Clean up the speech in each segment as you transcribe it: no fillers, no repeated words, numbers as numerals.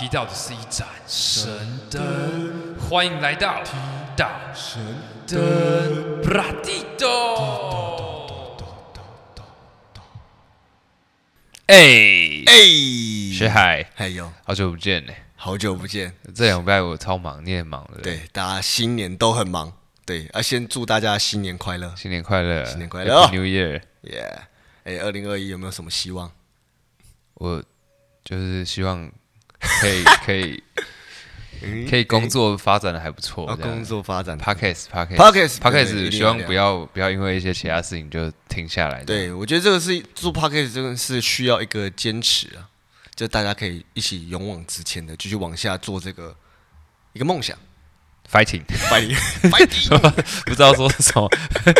到的是一盏神灯，欢迎来到提到神灯布拉蒂多。学海， 还有好久不见呢， 好久不见。 这两拜我超忙，你也忙了。 对，大家新年都很忙。对，先祝大家新年快乐， 新年快乐， 新年快乐 ，Happy New Year！ 2021有没有什么希望？ 我就是希望可以工作发展的还不错， 工作发展 Podcast， 希望不要因为一些其他事情就停下来。 对，我觉得这个是做 Podcast 真的是需要一个坚持啊，就大家可以一起勇往直前的继续往下做这个一个梦想。 Fighting， 不知道说什么。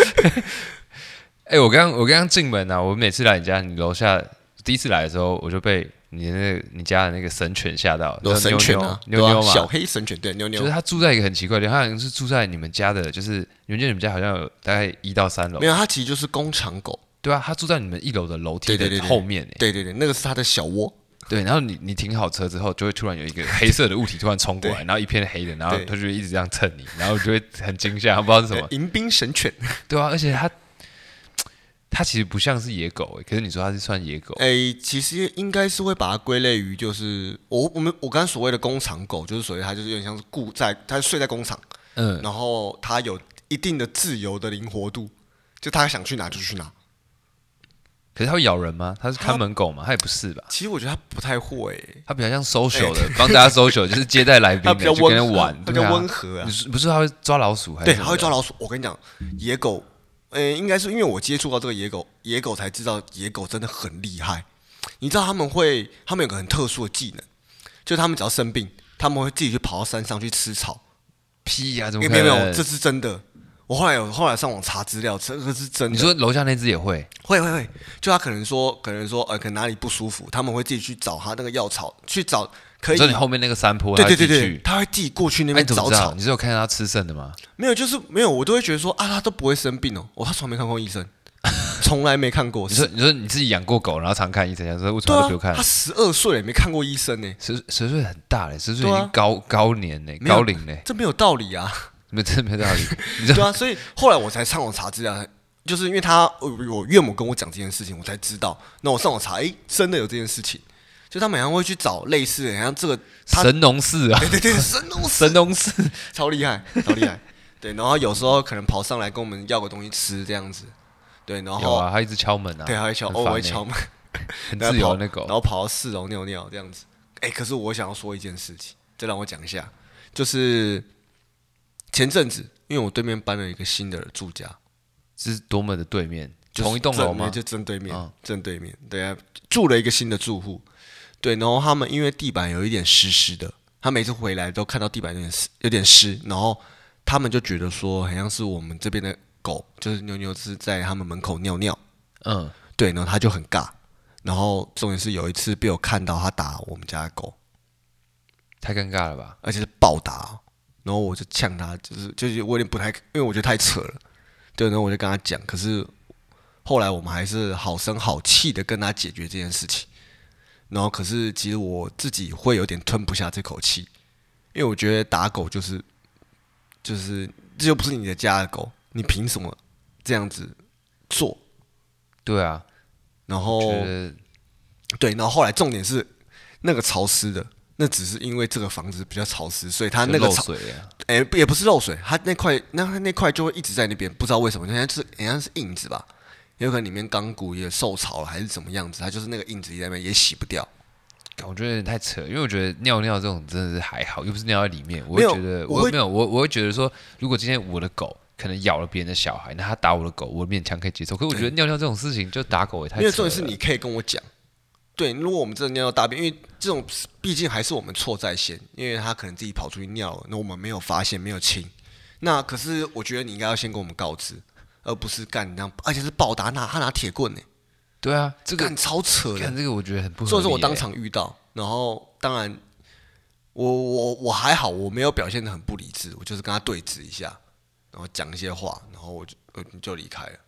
我刚进门啊，我每次来你家，你楼下第一次来的时候，我就被你家的那个神犬吓到。 神犬啊， 妞妞嘛， 小黑神犬，对，妞妞。 就是他住在一个很奇怪的地方，他好像是住在你们家的，就是你们家好像有大概1到3楼。 没有，他其实就是工厂狗。 对啊，他住在你们1楼的楼梯的后面。 对，那个是他的小窝。 对，然后你停好车之后，就会突然有一个黑色的物体突然冲过来，然后一片黑的，然后他就会一直这样蹭你，然后就会很惊吓，不知道是什么。 迎宾神犬。对啊，而且它其实不像是野狗，可是你说它是算野狗？ 其实应该是会把它归类于就是我刚刚所谓的工厂狗，就是所谓它就是有点像是它睡在工厂，然后它有一定的自由的灵活度，就它想去哪就去哪。 可是它会咬人吗？它是看门狗吗？它也不是吧？ 其实我觉得它不太会， 它比较像 social 的，帮大家 social，就是接待来宾的，就跟人玩， 比较温和啊。 不是它会抓老鼠还是？ 对，它会抓老鼠。我跟你讲，野狗，应该是因为我接触到这个野狗才知道野狗真的很厉害。你知道他们有个很特殊的技能，就是他们只要生病，他们会自己去跑到山上去吃草。 屁呀，怎么可能？ 没有，这是真的。我后来上网查资料，这个是真的。 你说楼下那只也会？ 会，就他可能说，可能哪里不舒服，他们会自己去找他那个药草，去找可以。 你说你后面那个山坡， 对，他会自己过去那边找草。 你是有看到他吃剩的吗？ 没有，就是没有，我都会觉得说啊，他都不会生病哦。他从来没看过医生，从来没看过。 你说你自己养过狗，然后常看医生，说为什么都不用看？ 他12岁了，没看过医生呢。 10岁很大了，10岁已经高年呢，高龄呢， 这没有道理啊。 真没道理。 对啊，所以后来我才上网查资料，就是因为我岳母跟我讲这件事情，我才知道。那我上网查，真的有这件事情，就他们好像会去找类似的，像这个神农氏啊， 对，神农氏超厉害。对，然后有时候可能跑上来跟我们要个东西吃这样子。对，然后有啊，他一直敲门啊， 对，他会偶尔会敲门， 很自由那狗， 然后跑到4楼尿尿这样子。可是我想要说一件事情，再让我讲一下，就是前阵子，因为我对面搬了一个新的住家， 是多么的对面，同一栋楼吗？ 就正对面，正对面。对啊，住了一个新的住户。对，然后他们因为地板有一点湿湿的，他每次回来都看到地板有点湿，然后他们就觉得说，好像是我们这边的狗，就是妞妞是在他们门口尿尿。对，然后他就很尬。然后重点是有一次被我看到他打我们家的狗， 太尴尬了吧？ 而且是暴打。然后我就呛他，就是我有点不太，因为我觉得太扯了。对，然后我就跟他讲，可是后来我们还是好声好气的跟他解决这件事情。然后可是其实我自己会有点吞不下这口气，因为我觉得打狗就是这又不是你的家的狗，你凭什么这样子做？ 对啊， 然后对，然后后来重点是那个潮湿的。那只是因为这个房子比较潮湿，所以它那个漏水啊。 也不是漏水，它那块就会一直在那边，不知道为什么，好像是印子吧，有可能里面钢骨也受潮了，还是怎么样子，它就是那个印子在那边也洗不掉。 我觉得有点太扯，因为我觉得尿尿这种真的是还好，又不是尿在里面，我会觉得我会觉得说，如果今天我的狗可能咬了别人的小孩，那他打我的狗，我勉强可以接受。可是我觉得尿尿这种事情，就打狗也太扯了。 因为重点是你可以跟我讲。对，如果我们真的尿到大便，因为这种毕竟还是我们错在先，因为他可能自己跑出去尿了，那我们没有发现，没有清。那可是我觉得你应该要先跟我们告知，而不是干这样，而且是暴打，他拿铁棍呢。 对啊，这个超扯的。 看这个我觉得很不合理。 所以说我当场遇到，然后当然我还好，我没有表现得很不理智，我就是跟他对峙一下，然后讲一些话，然后我就离开了。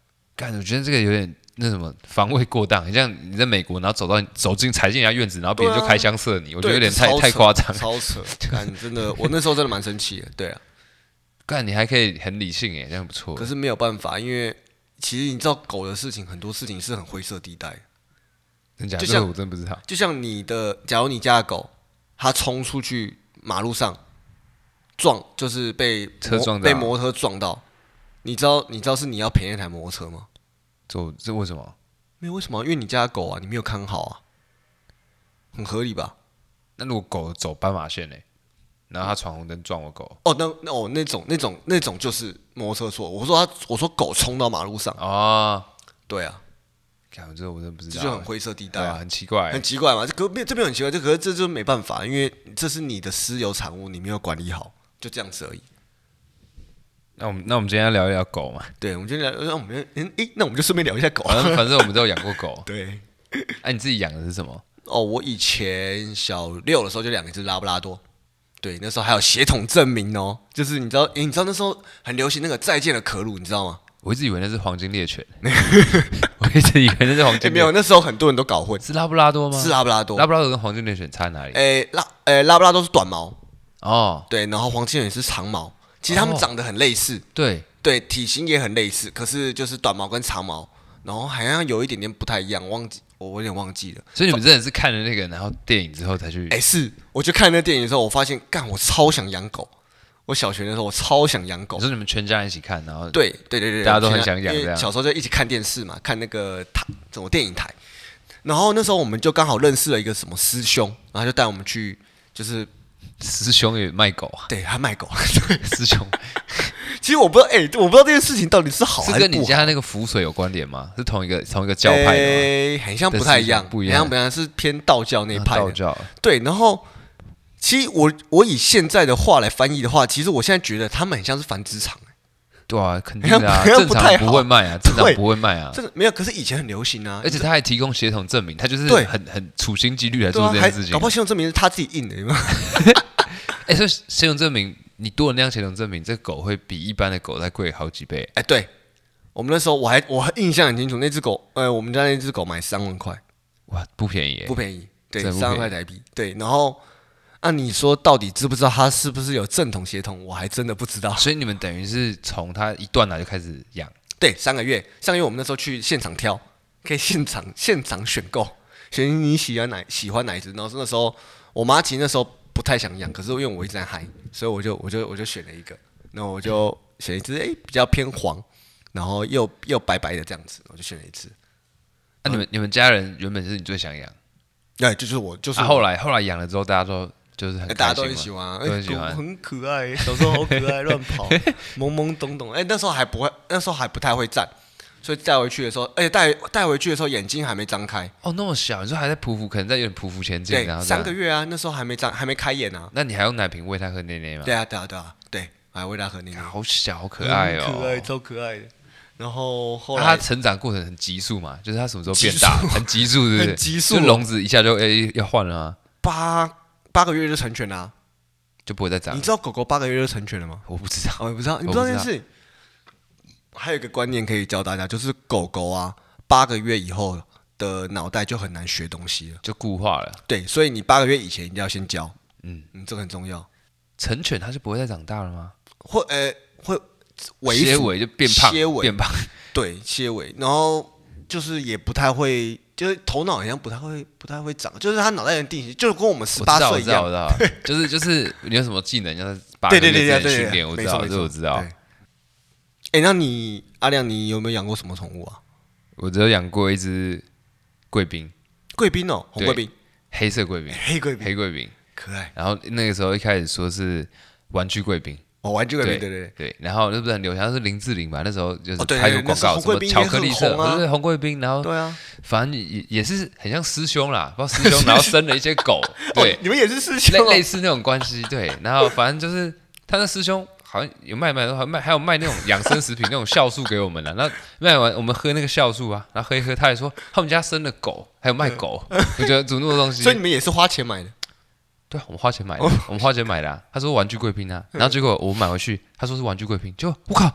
干，我觉得这个有点那什么防卫过当，很像你在美国，然后走进踩进人家院子，然后别人就开枪射你，我觉得有点太夸张， 超扯。干，真的，我那时候真的蛮生气的。对啊， 干你还可以很理性哎，这样不错。 可是没有办法，因为其实你知道狗的事情，很多事情是很灰色地带。 真假？这个我真不知道。 就像假如你家的狗，它冲出去马路上撞，就是被摩托车撞到，你知道是你要赔那台摩托车吗？ 这为什么？ 没有为什么，因为你家的狗啊，你没有看好啊，很合理吧？ 那如果狗走斑马线呢？然后它闯红灯撞我狗？ 哦，那种就是摩托车错。我说狗冲到马路上。 哦， 对啊。 看这我真不知道， 这就很灰色地带啊，很奇怪， 很奇怪嘛。这边很奇怪，可是这就没办法，因为这是你的私有产物，你没有管理好，就这样子而已。 那我们今天要聊一聊狗嘛？ 对，我们今天聊，那我们就顺便聊一下狗。 反正我们都有养过狗。 对。 你自己养的是什么？ 哦，我以前小6的时候就养一只拉布拉多。对，那时候还有血统证明哦，就是你知道那时候很流行那个再见的可鲁，你知道吗？ 我一直以为那是黄金猎犬，我一直以为那是黄金。 没有，那时候很多人都搞混。 是拉布拉多吗？ 是拉布拉多。 拉布拉多跟黄金猎犬差哪里？ 拉布拉多是短毛哦， 对，然后黄金猎犬是长毛，其实它们长得很类似， 对， 体型也很类似，可是就是短毛跟长毛，然后好像有一点点不太一样，我有点忘记了。 所以你们真的是看了那个然后电影之后才去？ 是，我就看那电影的时候，我发现，我超想养狗。我小学的时候，我超想养狗。 你说你们全家人一起看，然后对， 大家都很想养，这样。 小时候就一起看电视嘛，看那个这种电影台。然后那时候我们就刚好认识了一个什么师兄，然后就带我们去，就是师兄也卖狗啊？ 对，他卖狗。 师兄， 其实我不知道，我不知道这件事情到底是好还是不好。 是跟你家那个符水有关联吗？是同一个教派的吗？ 很像不太一样， 不一样， 是偏道教那派的。 道教。 对，然后。其实我以现在的话来翻译的话，其实我现在觉得他们很像是繁殖场。 对啊，肯定的啊，正常不会卖啊，正常不会卖啊， 真的没有。可是以前很流行啊， 而且他还提供血统证明，他就是很处心积虑来做这件事情。 搞不好血统证明是他自己印的，有没有？所以血统证明你多了那样血统证明，这狗会比一般的狗再贵好几倍。 对，我们那时候我印象很清楚，那只狗，我们家那只狗买3万块， 哇，不便宜， 不便宜，对，3万块台币，对，然后。你说到底知不知道他是不是有正统血统？我还真的不知道。 所以你们等于是从他一断奶就开始养？ 对，3个月。上个月我们那时候去现场挑，可以现场选购，选你喜欢哪一只。然后那时候我妈其实那时候不太想养，可是因为我一直在嗨，所以我就选了一个。然后我就选一只比较偏黄，然后又白白的这样子，我就选了一只。 你们家人原本是你最想养？ 对，就是我。 后来养了之后，大家都。就是大家都很喜欢啊，很可爱，小时候好可爱，乱跑，懵懵懂懂。那时候还不太会站，所以带回去的时候，而且带回去的时候眼睛还没张开。 哦，那么小，你说还在匍匐，可能在有点匍匐前进。 对，3个月啊，那时候还没开眼啊。 那你还用奶瓶喂它喝奶奶吗？ 对啊，还喂它喝奶奶。 好小，好可爱哦， 可爱，超可爱的。然后后来它成长过程很急速嘛，就是它什么时候变大，很急速，对不对？ 很急速， 就笼子一下就要换了啊。8个月就成犬了， 就不会再长。 你知道狗狗8个月就成犬了吗？ 我不知道， 我也不知道。你不知道这件事？还有一个观念可以教大家，就是狗狗啊，8个月以后的脑袋就很难学东西了， 就固化了。 对，所以你8个月以前一定要先教。这个很重要。 成犬它就不会再长大了吗？ 会切尾就变胖，变胖。 对，切尾，然后就是也不太会。就是头脑好像不太会长，就是他脑袋的定型，就是跟我们18岁一样。 我知道，就是你有什么技能，要8个月之前训练，我知道，这我知道。 那你阿亮，你有没有养过什么宠物啊？ 我只有养过一只贵宾。 贵宾哦，红贵宾， 黑色贵宾， 黑贵宾， 可爱。 然后那个时候一开始说是玩具贵宾。 玩具贵宾，对， 然后那不是很流行，是林志玲吧？那时候就是拍个广告，什么巧克力色，不是红贵宾，然后对啊， 反正也是很像师兄啦，不知道师兄，然后生了一些狗，对， 你们也是师兄， 类似那种关系，对，然后反正就是他那师兄好像有卖，还有卖那种养生食品那种酵素给我们了，然后卖完我们喝那个酵素啊，然后喝一喝，他还说他们家生了狗，还有卖狗，我觉得煮那么多东西， 所以你们也是花钱买的。 对，我们花钱买的，他说玩具贵宾啊，然后结果我买回去，他说是玩具贵宾，结果我靠，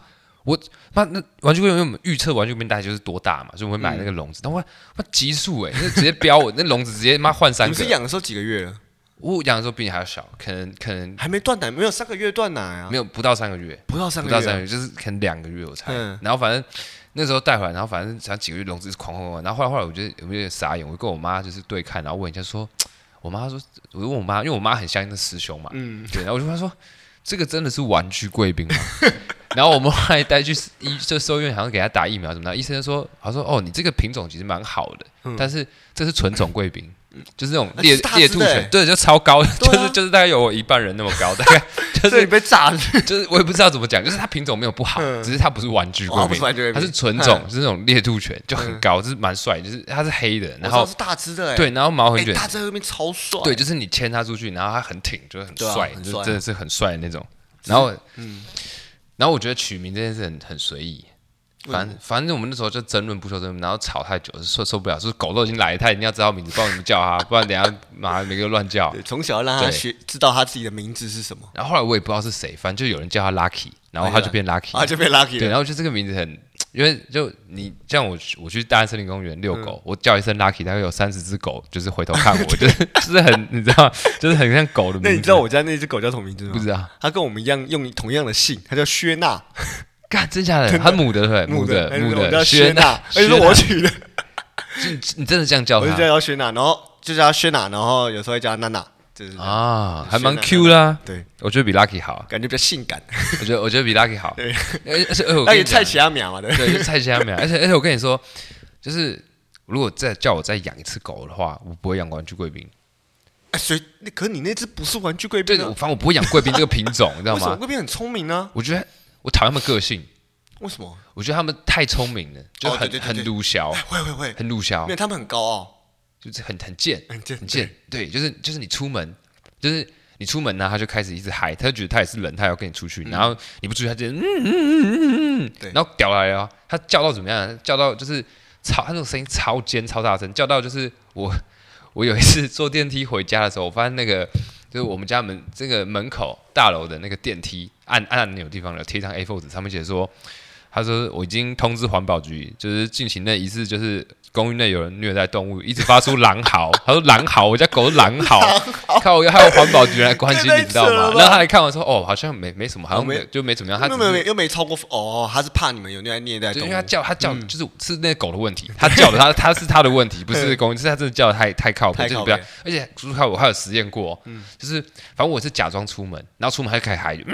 那玩具贵宾，因为我们预测玩具贵宾大概就是多大嘛，所以我们会买那个笼子。但我急速那直接飙我那笼子直接换3个。 你是养的时候几个月了？ 我养的时候比你还要小，可能还没断奶，没有3个月断奶啊， 没有不到3个月， 不到3个月， 就是可能2个月我猜。然后反正那时候带回来，然后反正才几个月笼子哐哐哐，然后后来我觉得有点傻眼，我跟我妈就是对看，然后问一下说，我妈说，我问我妈，因为我妈很相信那师兄嘛，对，然后我就问她说，这个真的是玩具贵宾吗？然后我们后来带去兽医院，好像给他打疫苗什么的，医生就说，他说哦，你这个品种其实蛮好的，但是这是纯种贵宾。就是那种猎兔犬，对，就超高，就是大概有我一半人那么高，大概就是你被炸了， 就是我也不知道怎么讲，就是它品种没有不好，只是它不是玩具贵宾，它是纯种，就是那种猎兔犬，就很高，就是蛮帅，就是它是黑的，然后是大只的， 对，然后毛很卷， 大只那边超帅， 对，就是你牵它出去，然后它很挺，就是很帅，就真的是很帅的那种。然后我觉得取名这件事很随意。反正我们那时候就争论不休争论，然后吵太久，受不了，说狗都已经来了，他一定要知道名字，不然怎么叫他，不然等下马上每个乱叫。 对，从小让他知道他自己的名字是什么。 然后后来我也不知道是谁，反正就有人叫他 Lucky， 然后他就变 Lucky， 就变 Lucky。 对，然后就这个名字很，因为就你像我去大安森林公园遛狗，我叫一声 Lucky， 大概有30只狗就是回头看我，就是很你知道，就是很像狗的名字。 那你知道我家那只狗叫什么名字吗？ 不知道。 它跟我们一样用同样的姓，它叫薛娜。 干，真假的？他母的对，母的叫薛娜，而且是我取的。 你真的这样叫他？ 我就叫薛娜，然后就叫薛娜，然后有时候会叫娜娜，就是还蛮 Q 啦。 对， 我觉得比 Lucky 好， 感觉比较性感。 我觉得比 Lucky 好。 对， 而且我跟你蔡奇阿苗嘛， 对，蔡奇阿苗。而且我跟你说，就是如果叫我再养一次狗的话，我不会养玩具贵宾。 所以，可是你那只不是玩具贵宾。 对，反正我不会养贵宾这个品种，你知道吗？ 为什么贵宾很聪明呢？ 我觉得。我讨厌他们个性， 为什么？ 我觉得他们太聪明了，就很鲁小， 会很鲁小， 因为他们很高傲， 就是很贱， 很贱，对，就是你出门，呢，他就开始一直嗨，他就觉得他也是人，他也要跟你出去，然后你不出去，他就然后屌来了，他叫到怎么样？叫到就是他那种声音超尖超大声，叫到就是我有一次坐电梯回家的时候，我发现那个。就是我们家这个门口大楼的那个电梯按钮的地方有贴一张 A4 纸，上面写说，他说我已经通知环保局，就是进行那一次就是公寓内有人虐待动物，一直发出狼嚎。他说狼嚎，我家狗是狼嚎，靠，还有环保局来关心，你知道吗？然后他来看完说，哦，好像没什么，好像就没怎么样。他又没超过他是怕你们有虐待动物， 因为他叫就是那狗的问题，他叫的他是他的问题，不是公寓，是他真的叫的太靠谱，就是不要。而且我还有实验过，就是反正我是假装出门，然后出门还开始嗨，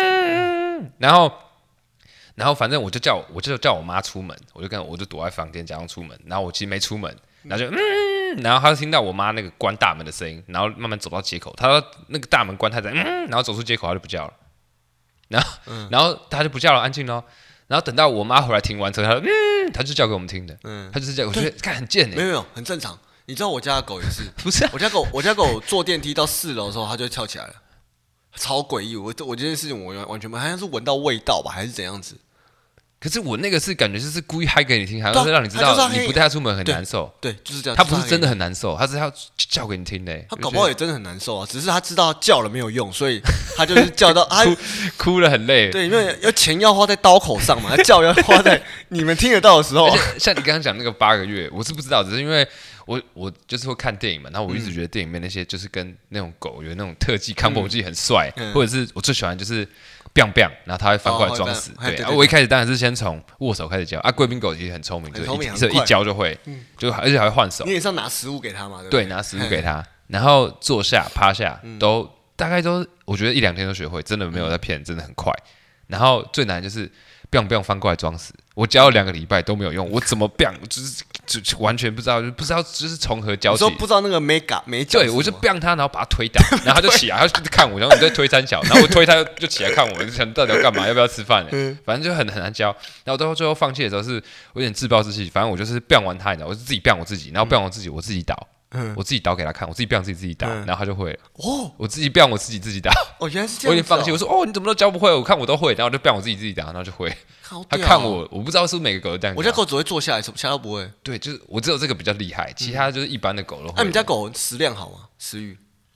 然后反正我就叫我妈出门，我就躲在房间假装出门，然后我其实没出门，然后就然后他就听到我妈那个关大门的声音，然后慢慢走到街口，他说那个大门关太早，然后走出街口他就不叫了，然后他就不叫了，安静咯。然后等到我妈回来停完车，他就叫给我们听的，他就是叫，我觉得看很贱没有很正常。你知道我家的狗也是， 不是我家狗坐电梯到4楼的时候，它就跳起来了，超诡异。我这件事情我完全好像是闻到味道吧，还是怎样子？ 可是我那个是感觉就是故意嗨给你听，好像是让你知道你不带它出门很难受。 对，就是这样。 它不是真的很难受，它是要叫给你听的。 它搞不好也真的很难受啊，只是它知道叫了没有用，所以它就是叫到哭了很累。 对，因为钱要花在刀口上嘛，叫要花在你们听得到的时候。 而且像你刚刚讲那个8个月，我是不知道，只是因为我就是会看电影嘛，然后我一直觉得电影里面那些就是跟那种狗有那种特技康复技很帅，或者是我最喜欢就是。biang biang， 然后它会翻过来装死。对，我一开始当然是先从握手开始教啊。贵宾狗其实很聪明，就是一教就会，而且还会换手。 你也是要拿食物给它嘛？ 对，拿食物给它，然后坐下、趴下，大概都，我觉得1-2天都学会，真的没有在骗人，真的很快。然后最难就是 biang biang 翻过来装死，我教了2个礼拜都没有用，我怎么 biang 就是完全不知道就是从何教起。 你说不知道那个没教。 对，我就 biang 他，然后把他推倒，然后他就起来，他就看我，然后你再推3脚，然后我推他就起来看我，就想到底要干嘛，要不要吃饭？反正就很难教。然后到最后放弃的时候，是我有点自暴自弃，反正我就是 biang 完他，你知道，我是自己 biang 我自己，然后 biang 我自己，我自己倒。我自己倒给他看，我自己 biang 自己倒，然后他就会了。我自己 biang 我自己倒。 原来是这样。 我有点放弃，我说你怎么都教不会？我看我都会，然后我就 biang 我自己倒，然后就会。他看我不知道是不是每个狗都这样。 我家狗只会坐下来，其他都不会。 对，就是我只有这个比较厉害，其他就是一般的狗的话。 那你家狗食量好吗？食欲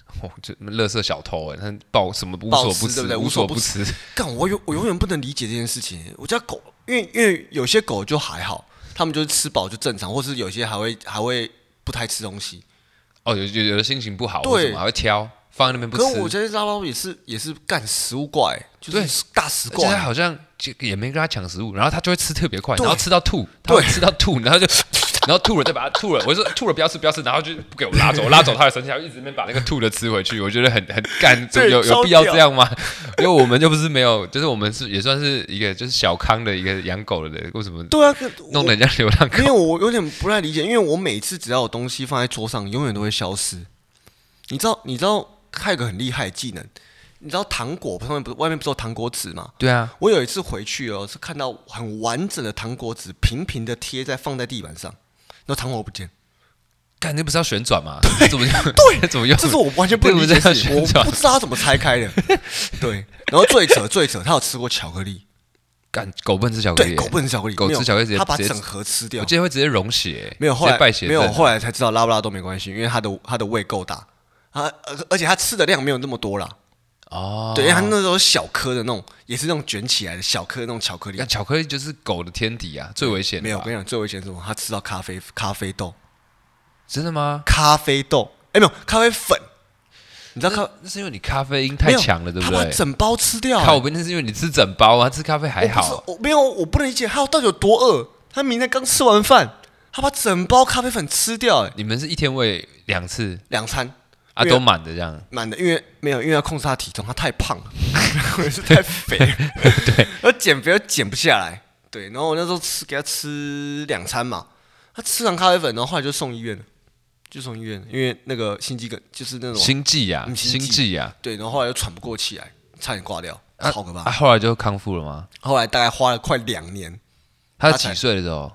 就垃圾小偷他抱什么无所不吃， 对不对？ 无所不吃。 干，我永远不能理解这件事情。我家狗，因为有些狗就还好，它们就是吃饱就正常，或是有些还会不太吃东西。 哦，有的心情不好， 对， 为什么还会挑放在那边不吃？ 可是我觉得拉布拉多也是干食物怪，就是大食怪。 而且他好像也没跟他抢食物，然后他就会吃特别快，然后吃到吐，他会吃到吐，然后就。然后吐了再把它吐了，我就说吐了不要吃，然后就不给我拉走，拉走他的生气，他一直把那个吐的吃回去，我觉得很干，有必要这样吗？因为我们就不是没有，就是我们也算是一个就是小康的一个养狗的，为什么？ 对啊， 弄人家流浪狗？ 因为我有点不太理解，因为我每次只要有东西放在桌上，永远都会消失。你知道还有个很厉害的技能。你知道糖果上面外面不是有糖果纸吗？ 对啊， 我有一次回去是看到很完整的糖果纸平的贴放在地板上。那糖果不见， 干那不是要旋转吗？怎么用？ 对， 怎么用？ 这是我完全不能理解的事情，我不知道他怎么拆开的。对，然后最扯，他有吃过巧克力。 干狗不能吃巧克力， 对，狗不能吃巧克力， 狗吃巧克力直接他把整盒吃掉。 我记得会直接溶血， 没有后来败血， 没有后来才知道拉布拉多没关系，因为他的胃够大，而且他吃的量没有那么多啦。 哦， 对，因为他那时候小颗的那种，也是那种卷起来的小颗的那种巧克力。 巧克力就是狗的天敌啊，最危险的。 没有，我跟你讲，最危险是什么？他吃到咖啡豆。 真的吗？ 咖啡豆，没有咖啡粉。你知道那是因为你咖啡因太强了，对不对？ 他把整包吃掉。 靠边，那是因为你吃整包啊，吃咖啡还好。 我不能理解他到底有多饿。他明天刚吃完饭，他把整包咖啡粉吃掉。 你们是一天喂2次 ？2餐啊，都满的这样。 满的，因为要控制他体重，他太胖了，我是太肥了。 对， 而减肥又减不下来。对，然后我那时候给他吃2餐嘛，他吃完咖啡粉，然后后来就送医院了。因为那个心肌梗就是那种心悸啊，心悸啊， 对，然后后来又喘不过气来，差点挂掉，超可怕。 后来就康复了吗？ 后来大概花了快2年。 他几岁的时候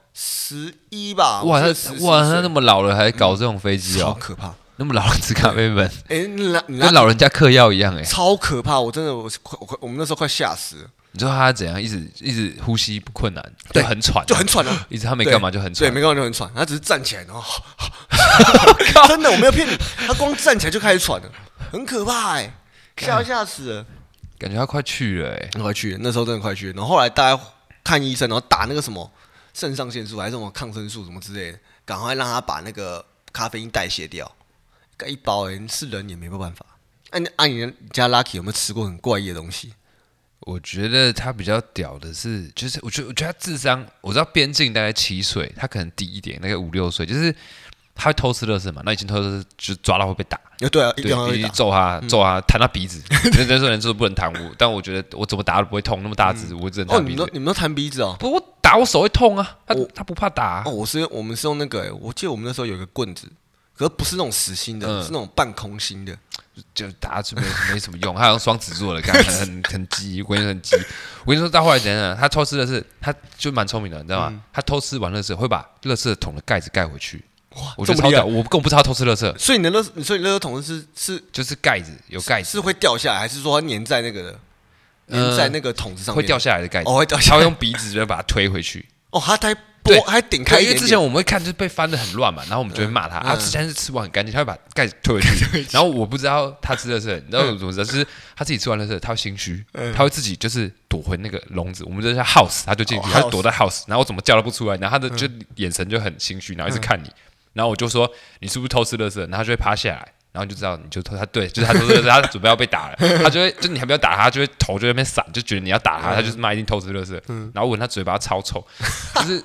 ？11吧。 哇，他那么老了还搞这种飞机哦， 超可怕。 那么老了吃咖啡粉， 跟老人家嗑药一样哎， 超可怕。我真的我们那时候快吓死了。 你知道他怎样？一直呼吸不困难，就很喘， 啊！ 一直他没干嘛就很喘， 对，没干嘛就很喘。他只是站起来，然后真的我没有骗你，他光站起来就开始喘了，很可怕哎，吓死了。 感觉他快去了哎， 快去了，那时候真的快去了。然后后来大家看医生，然后打那个什么肾上腺素还是什么抗生素什么之类的，赶快让他把那个咖啡因代谢掉。一包是人也没办法。你家 Lucky 有没有吃过很怪异的东西？ 我觉得他比较屌的是，就是我觉得他智商，我知道边境大概7岁，他可能低一点，那个5、6岁，就是他会偷吃垃圾嘛，那以前偷吃垃圾就抓到会被打， 对啊， 必须揍他，弹他鼻子，人说就是不能弹我，但我觉得我怎么打都不会痛，那么大只，我只能弹鼻子。 你们都弹鼻子哦？ 不，我打我手会痛啊，他不怕打。 我们是用那个，我记得我们那时候有一个棍子，可是不是那种实心的，是那种半空心的。 就打就没什么用，他好像双子座的，很鸡，我跟你说很鸡。我跟你说到后来怎样，他偷吃的是，他就蛮聪明的，你知道吗？他偷吃完垃圾会把垃圾桶的盖子盖回去。哇，我觉得超屌，我根本不知道他偷吃垃圾。 所以你垃圾桶是就是盖子有盖子， 是会掉下来，还是说它粘在那个粘在那个桶子上面？ 会掉下来的盖子， 会掉下来。 他会用鼻子就把它推回去。 还顶开一点点， 因为之前我们会看，就是被翻得很乱嘛，然后我们就会骂他。他之前是吃完很干净，他会把盖子推回去。然后我不知道他吃的是，你知道我怎么知道？就是他自己吃完的时候，他会心虚，他会自己就是躲回那个笼子，我们就叫 house， 他就进去，他就躲在 house， 然后我怎么叫都不出来，然后他的就眼神就很心虚，然后一直看你。然后我就说你是不是偷吃垃圾？然后他就会趴下来。然后就知道，你就偷他对，就是他偷吃垃圾，他准备要被打了，他就会，就你还没有打他，就会头就在那边闪，就觉得你要打他，他就是妈一定偷吃垃圾。然后闻他嘴巴超臭，就是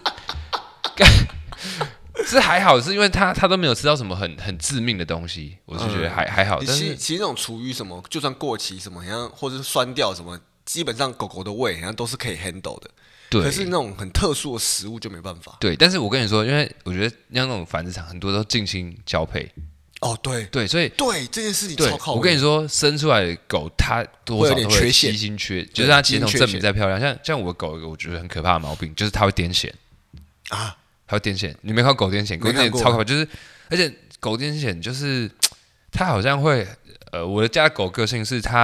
是还好，是因为他都没有吃到什么很致命的东西，我是觉得还好。但是其实那种厨余什么，就算过期什么，像或者是酸掉什么，基本上狗狗的胃好像都是可以 handle 的。 对， 可是那种很特殊的食物就没办法。 对，但是我跟你说，因为我觉得像那种繁殖场很多都近亲交配。 对， 所以这件事情超靠谱。 我跟你说，生出来的狗它多少都会基因缺，就是它血统证明再漂亮，像我的狗，我觉得很可怕的毛病就是它会癫痫啊，它会癫痫。你没看过狗癫痫？狗癫痫超可怕，就是而且狗癫痫就是它好像会我的家的狗个性是它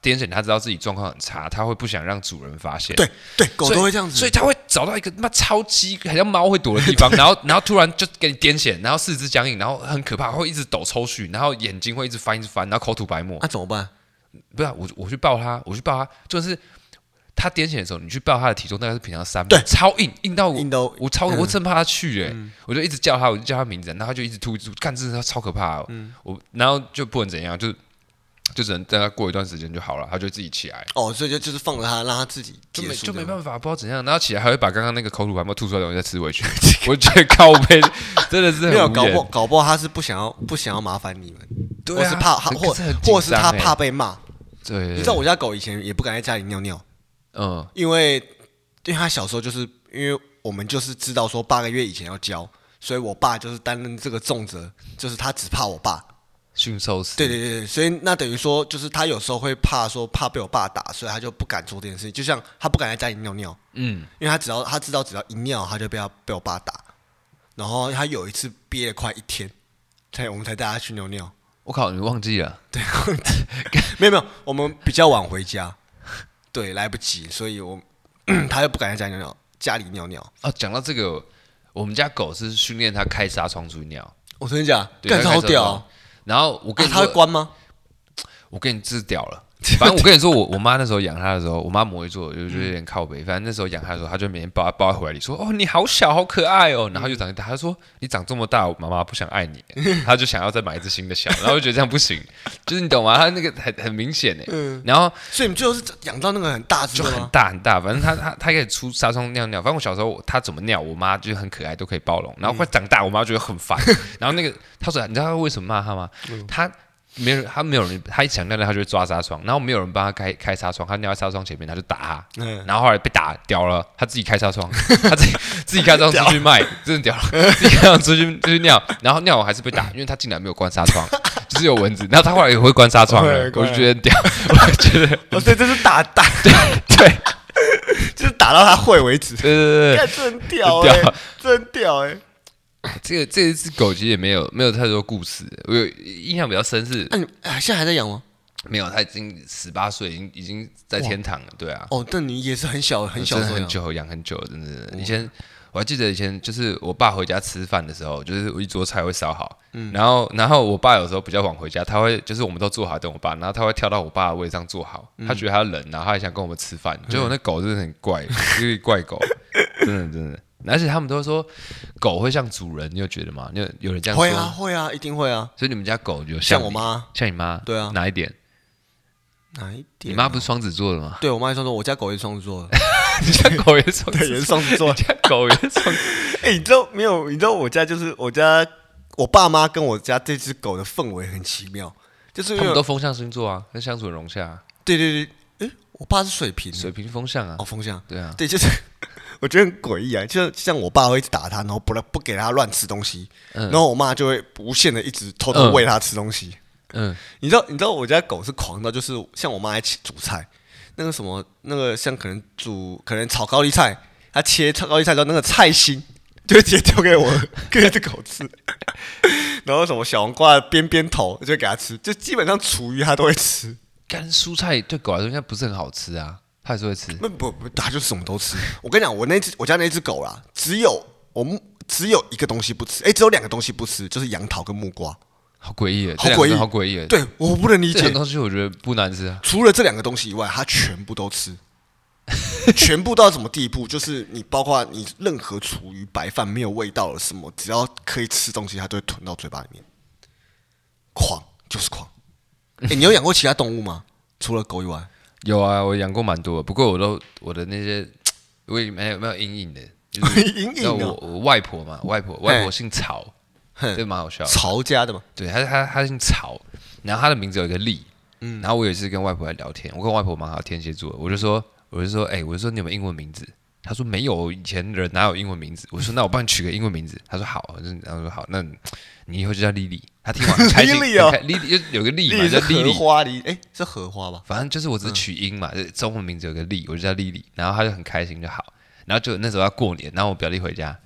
癫痫，它知道自己状况很差，它会不想让主人发现。 对，狗都会这样子， 所以它会找到一个他妈超级好像猫会躲的地方，然后突然就给你癫痫，然后四肢僵硬，然后很可怕，会一直抖抽搐，然后眼睛会一直翻，然后口吐白沫。 那怎么办？ 不是、啊、我去抱它，就是他癫痫的时候，你去抱他的体重大概是平常3倍， 对， 超硬到我真怕他去我就一直叫他，我就叫他名字，然后他就一直吐，干真的超可怕然后就不能怎样，就只能等他过一段时间就好了，他就自己起来。 所以就是放着他，让他自己结束， 就没办法，不知道怎样，然后起来还会把刚刚那个口吐白沫吐出来的东西再吃回去。我觉得靠背真的是很无言， 搞不好他是不想要麻烦你们， 对啊， 或是怕或是他怕被骂。 对， 你知道我家狗以前也不敢在家里尿尿，因为他小时候就是因为我们就是知道说8个月以前要交，所以我爸就是担任这个重责，就是他只怕我爸驯兽师。 对，所以那等于说就是他有时候会怕被我爸打，所以他就不敢做这件事情，就像他不敢在家里尿尿，因为他知道只要一尿他就被我爸打，然后他有一次憋了快1天，我们才带他去尿尿。 我靠，你忘记了？ 对，没有，我们比较晚回家，对，来不及，所以他又不敢在家里尿尿。 讲到这个，我们家狗是训练它开纱窗出去尿。 我真的假？干超屌！ 然后我跟你说， 它会关吗？ 我跟你这屌了。反正我跟你说，我妈那时候养它的时候，我妈摩羯座，就觉得有点靠北。反正那时候养它的时候，她就每天抱在怀里说：“哦，你好小，好可爱哦。”然后就长大，她说：“你长这么大，妈妈不想爱你。”她就想要再买一只新的小，然后就觉得这样不行，就是你懂吗？她那个很明显然后， 所以你们最后是养到那个很大只， 就很大很大。反正它可以出纱窗尿尿。反正我小时候它怎么尿，我妈就很可爱，都可以包容。然后快长大，我妈觉得很烦。然后那个她说：“你知道她为什么骂她吗？没有人，他一想尿尿，他就会抓纱窗，然后没有人帮他开纱窗，他尿在纱窗前面，他就打他，然后后来被打屌了，他自己开纱窗，他自己开纱窗出去卖，真的屌了，自己开纱窗出去尿，然后尿完还是被打，因为他进来没有关纱窗，就是有蚊子，然后他后来也会关纱窗了，我就觉得很屌，我觉得， 对，这是打， 对， 就是打到他会为止， 对， 这很屌真屌这只狗其实也没有太多故事，我有印象比较深是， 你现在还在养吗？ 没有，它已经18岁，已经在天堂了，对啊。 但你也是很小的时候养很久，真的。以前我还记得以前就是我爸回家吃饭的时候，就是一桌菜会烧好，然后我爸有时候比较晚回家，他会就是我们都做好等我爸，然后他会跳到我爸的位上坐好，他觉得他冷，然后他也想跟我们吃饭，结果那狗真的很怪，因为怪狗，真的。而且他们都说狗会像主人，你有觉得吗？有人这样说？ 会啊，一定会啊。 所以你们家狗有像我妈， 像你妈？ 对啊。 哪一点？你妈不是双子座的吗？ 对，我妈是双子座，我家狗也是双子座的。 你家狗也是双子座？ 对，也是双子座。 你家狗也是双子座？ 你知道没有？你知道我家就是我爸妈跟我家这只狗的氛围很奇妙，就是他们都风象星座啊，跟相处很融洽。 对，我爸是水瓶风象啊。 风象。 对啊。 对，就是我觉得很诡异啊，就像我爸会一直打他，然后不给他乱吃东西，然后我妈就会无限的一直偷偷喂他吃东西。你知道我家狗是狂到，就是像我妈在煮菜，那个什么那个像可能炒高丽菜，她切高丽菜之后那个菜心就会直接丢给我给这狗吃，然后什么小黄瓜的边头就给它吃，就基本上厨余它都会吃。 干蔬菜对狗来说应该不是很好吃啊，它还是会吃。 不，它就什么都吃。我跟你讲，我家那只狗啦，只有一个东西不吃，只有2个东西不吃，就是杨桃跟木瓜。 好诡异， 好诡异。 对，我不能理解。 这种东西我觉得不难吃啊。 除了这2个东西以外，它全部都吃，全部到什么地步？就是包括你任何厨余白饭没有味道的什么，只要可以吃东西，它都会吞到嘴巴里面。狂就是狂。你有养过其他动物吗？除了狗以外？ 有啊，我养过蛮多的，不过我的那些我也没有阴影的， 阴影啊。 我外婆嘛，外婆姓曹。这蛮好笑的， 曹家的嘛， 对，他姓曹，然后他的名字有一个立，然后我有一次跟外婆在聊天，我跟外婆蛮好，天蝎座，我就说你有没有英文名字？他说没有，以前人哪有英文名字？我说那我帮你取个英文名字，他说好，然后说好，那你以后就叫莉莉。他听完很开心，莉莉就有个莉嘛，叫莉莉。 荷花梨，是荷花吧？ 反正就是我只是取音嘛，中文名字有个莉，我就叫莉莉，然后他就很开心就好，然后就那时候要过年，然后我表弟回家。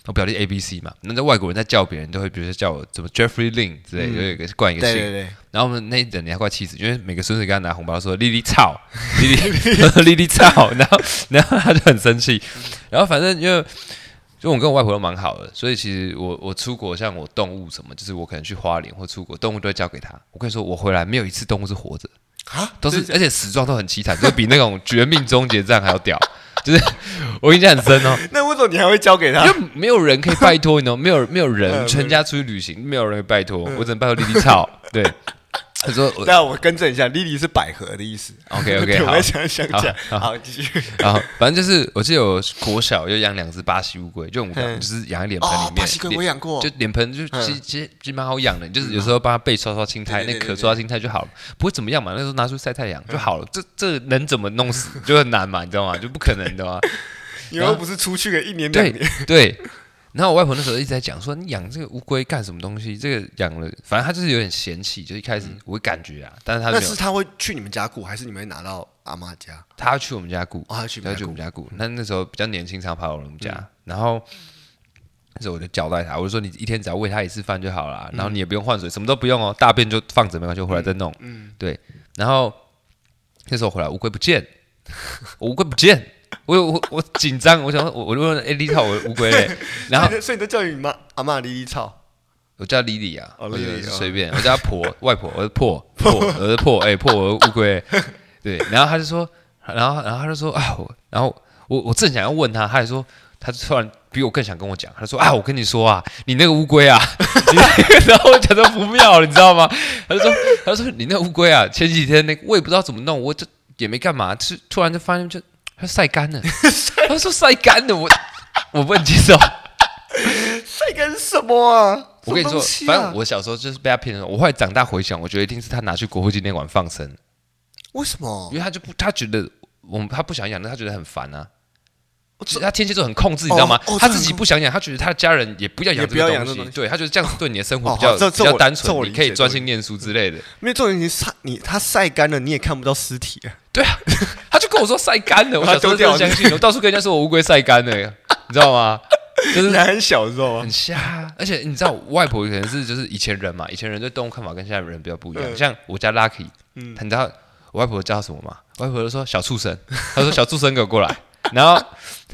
我表弟 ABC 嘛，那在外国人在叫别人都会，比如说叫我怎么 Jeffrey Lin 之类，有一个冠一个姓。 对。 然后我们那一整年还快气死，因为每个孙子给他拿红包说莉莉操，莉莉操，然后他就很生气。然后反正就我跟我外婆都蛮好的，所以其实我出国，像我动物什么，就是我可能去花莲或出国，动物都会交给他。我跟你说，我回来没有一次动物是活着。都是，而且死状都很凄惨，就比那种绝命终结战还要屌。就是我印象很深哦。 那为什么你还会交给他？ 因为没有人可以拜托，你知道，没有人全家出去旅行，没有人会拜托，我只能拜托莉莉草。对，他说， 那我更正一下，莉莉是百合的意思。 OK， 我想讲，好，继续。 好，反正就是我记得我国小就养2只巴西乌龟，就就是养在脸盆里面。 巴西龟我养过， 就脸盆就其实蛮好养的，就是有时候帮它背刷青苔，那壳刷青苔就好了，不会怎么样嘛。那时候拿出晒太阳就好了，这能怎么弄死就很难嘛，你知道吗？就不可能的嘛。 你又不是出去个1年2年， 对。然后我外婆那时候一直在讲说，你养这个乌龟干什么东西？这个养了，反正她就是有点嫌弃，就一开始我会感觉啊，但是她那是她会去你们家顾，还是你们会拿到阿妈家？ 她要去我们家顾， 她去我们家顾。 那时候比较年轻，常跑到我们家，然后那时候我就交代她，我就说你一天只要喂她1次饭就好了，然后你也不用换水，什么都不用哦，大便就放着没关系，回来再弄。对。然后那时候回来乌龟不见，乌龟不见。我紧张，我想我就问莉莉草我乌龟嘞，然后所以你都叫你阿妈莉莉草， 我叫莉莉啊，我随便，我叫她婆外婆，我是破我是破我的乌龟，对，然后他就说，然后他就说啊，然后我正想要问他，他还说，他突然比我更想跟我讲，他说啊，我跟你说啊，你那个乌龟啊，然后我讲的不妙了，你知道吗？他就说你那个乌龟啊，前几天那个我也不知道怎么弄，我就也没干嘛，是突然就发现就。它晒干了，他说晒干了，我不能接受。 晒干什么啊？ 我跟你说，反正我小时候就是被他骗了。我后来长大回想，我觉得一定是他拿去国父纪念馆放生。 为什么？ 因为他觉得他不想养，他觉得很烦啊。他天蝎座很控制，你知道吗？他自己不想养，他觉得他的家人也不要养这个东西。对，他觉得这样子对你的生活比较单纯，你可以专心念书之类的。 因为重点是他晒干了，你也看不到尸体啊。 对啊，他就跟我说晒干了，我小时候就相信，我到处跟人家说我乌龟晒干了，你知道吗？ 就是你还很小，知道吗？ 很瞎，而且你知道，我外婆可能是就是以前人嘛，以前人对动物看法跟现在人比较不一样。像我家 Lucky， 你知道我外婆叫什么吗？我外婆就说小畜生，她说小畜生给我过来，然后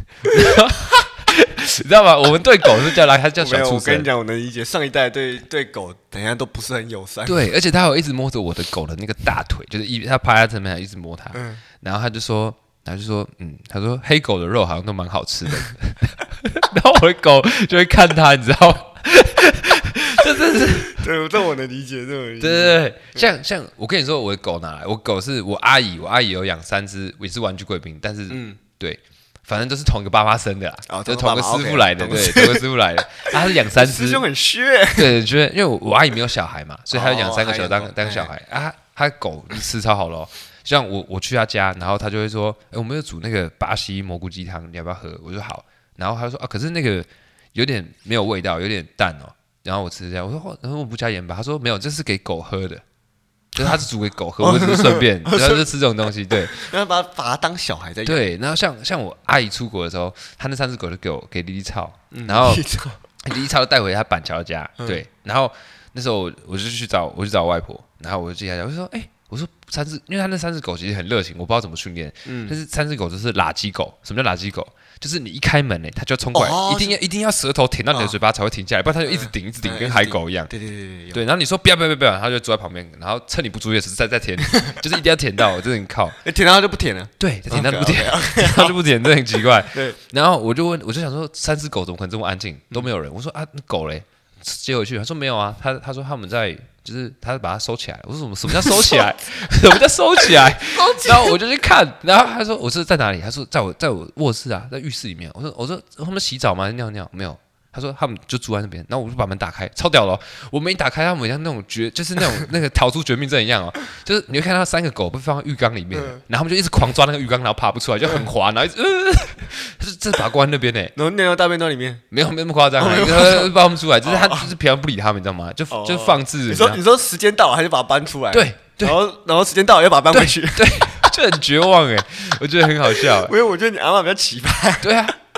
你知道吗？我们对狗是叫它叫小畜生。 我跟你讲，我能理解，上一代对狗等一下都不是很友善。 对，而且他有一直摸着我的狗的那个大腿，就是他趴在上面一直摸它，然后他就说，他说黑狗的肉好像都蛮好吃的，然后我的狗就会看他，你知道吗？这真是对，这我能理解，这我能理解。 对，像我跟你说，我的狗拿来，我狗是我阿姨有养3只，也是玩具贵宾，但是对。反正都是同一个爸妈生的啦，就是同个师傅来的，对，同个师傅来的。他是养3只， 师兄很削。 对，觉得因为我阿姨没有小孩嘛，所以他就养3个小当小孩啊。他狗吃超好咯，像我去他家，然后他就会说，我们有煮那个巴西蘑菇鸡汤，你要不要喝？我说好，然后他就说啊，可是那个有点没有味道，有点淡哦。然后我吃一下，我说然后我不加盐吧？他说没有，这是给狗喝的。就是他是煮给狗喝，我只是顺便，他就吃这种东西，对。 然后把它当小孩在养。 对，然后像我阿姨出国的时候，她那3只狗就给莉莉草，然后莉莉草带回她板桥家，对。然后那时候我就去找我外婆，然后我就进来，我就说，我说3只，因为他那3只狗其实很热情，我不知道怎么训练，但是3只狗就是垃圾狗。什么叫垃圾狗？就是你一开门它就要冲过来，一定要舌头舔到你的嘴巴才会停下来，不然它就一直顶，跟海狗一样。对。然后你说不要，它就坐在旁边，然后趁你不注意的时候再舔你，就是一定要舔到，真的很靠。 舔到它就不舔了。 对，舔到就不舔，它就不舔，真的很奇怪。对。然后我就想说，3只狗怎么可能这么安静，都没有人？我说啊，那狗嘞？接回去，他说没有啊，他说他们在，就是他把它收起来。我说什么叫收起来？什么叫收起来？然后我就去看，然后他说我是在哪里？他说在我卧室啊，在浴室里面。我说他们洗澡吗？尿尿没有？他说他们就住在那边，然后我就把门打开，超屌了。我门一打开，他们像那种就是那个逃出绝命镇一样哦，就是你会看到3个狗被放在浴缸里面，然后他们就一直狂抓那个浴缸，然后爬不出来，就很滑，然后一直这把关那边呢， 然后尿到大便到里面， 没有那么夸张，把他们出来，就是他就是平常不理他们，你知道吗？就放置。 你说时间到了，他就把它搬出来， 对， 然后时间到了又把它搬回去， 对，就很绝望我觉得很好笑。 因为我觉得你阿嬷比较奇葩， 对啊。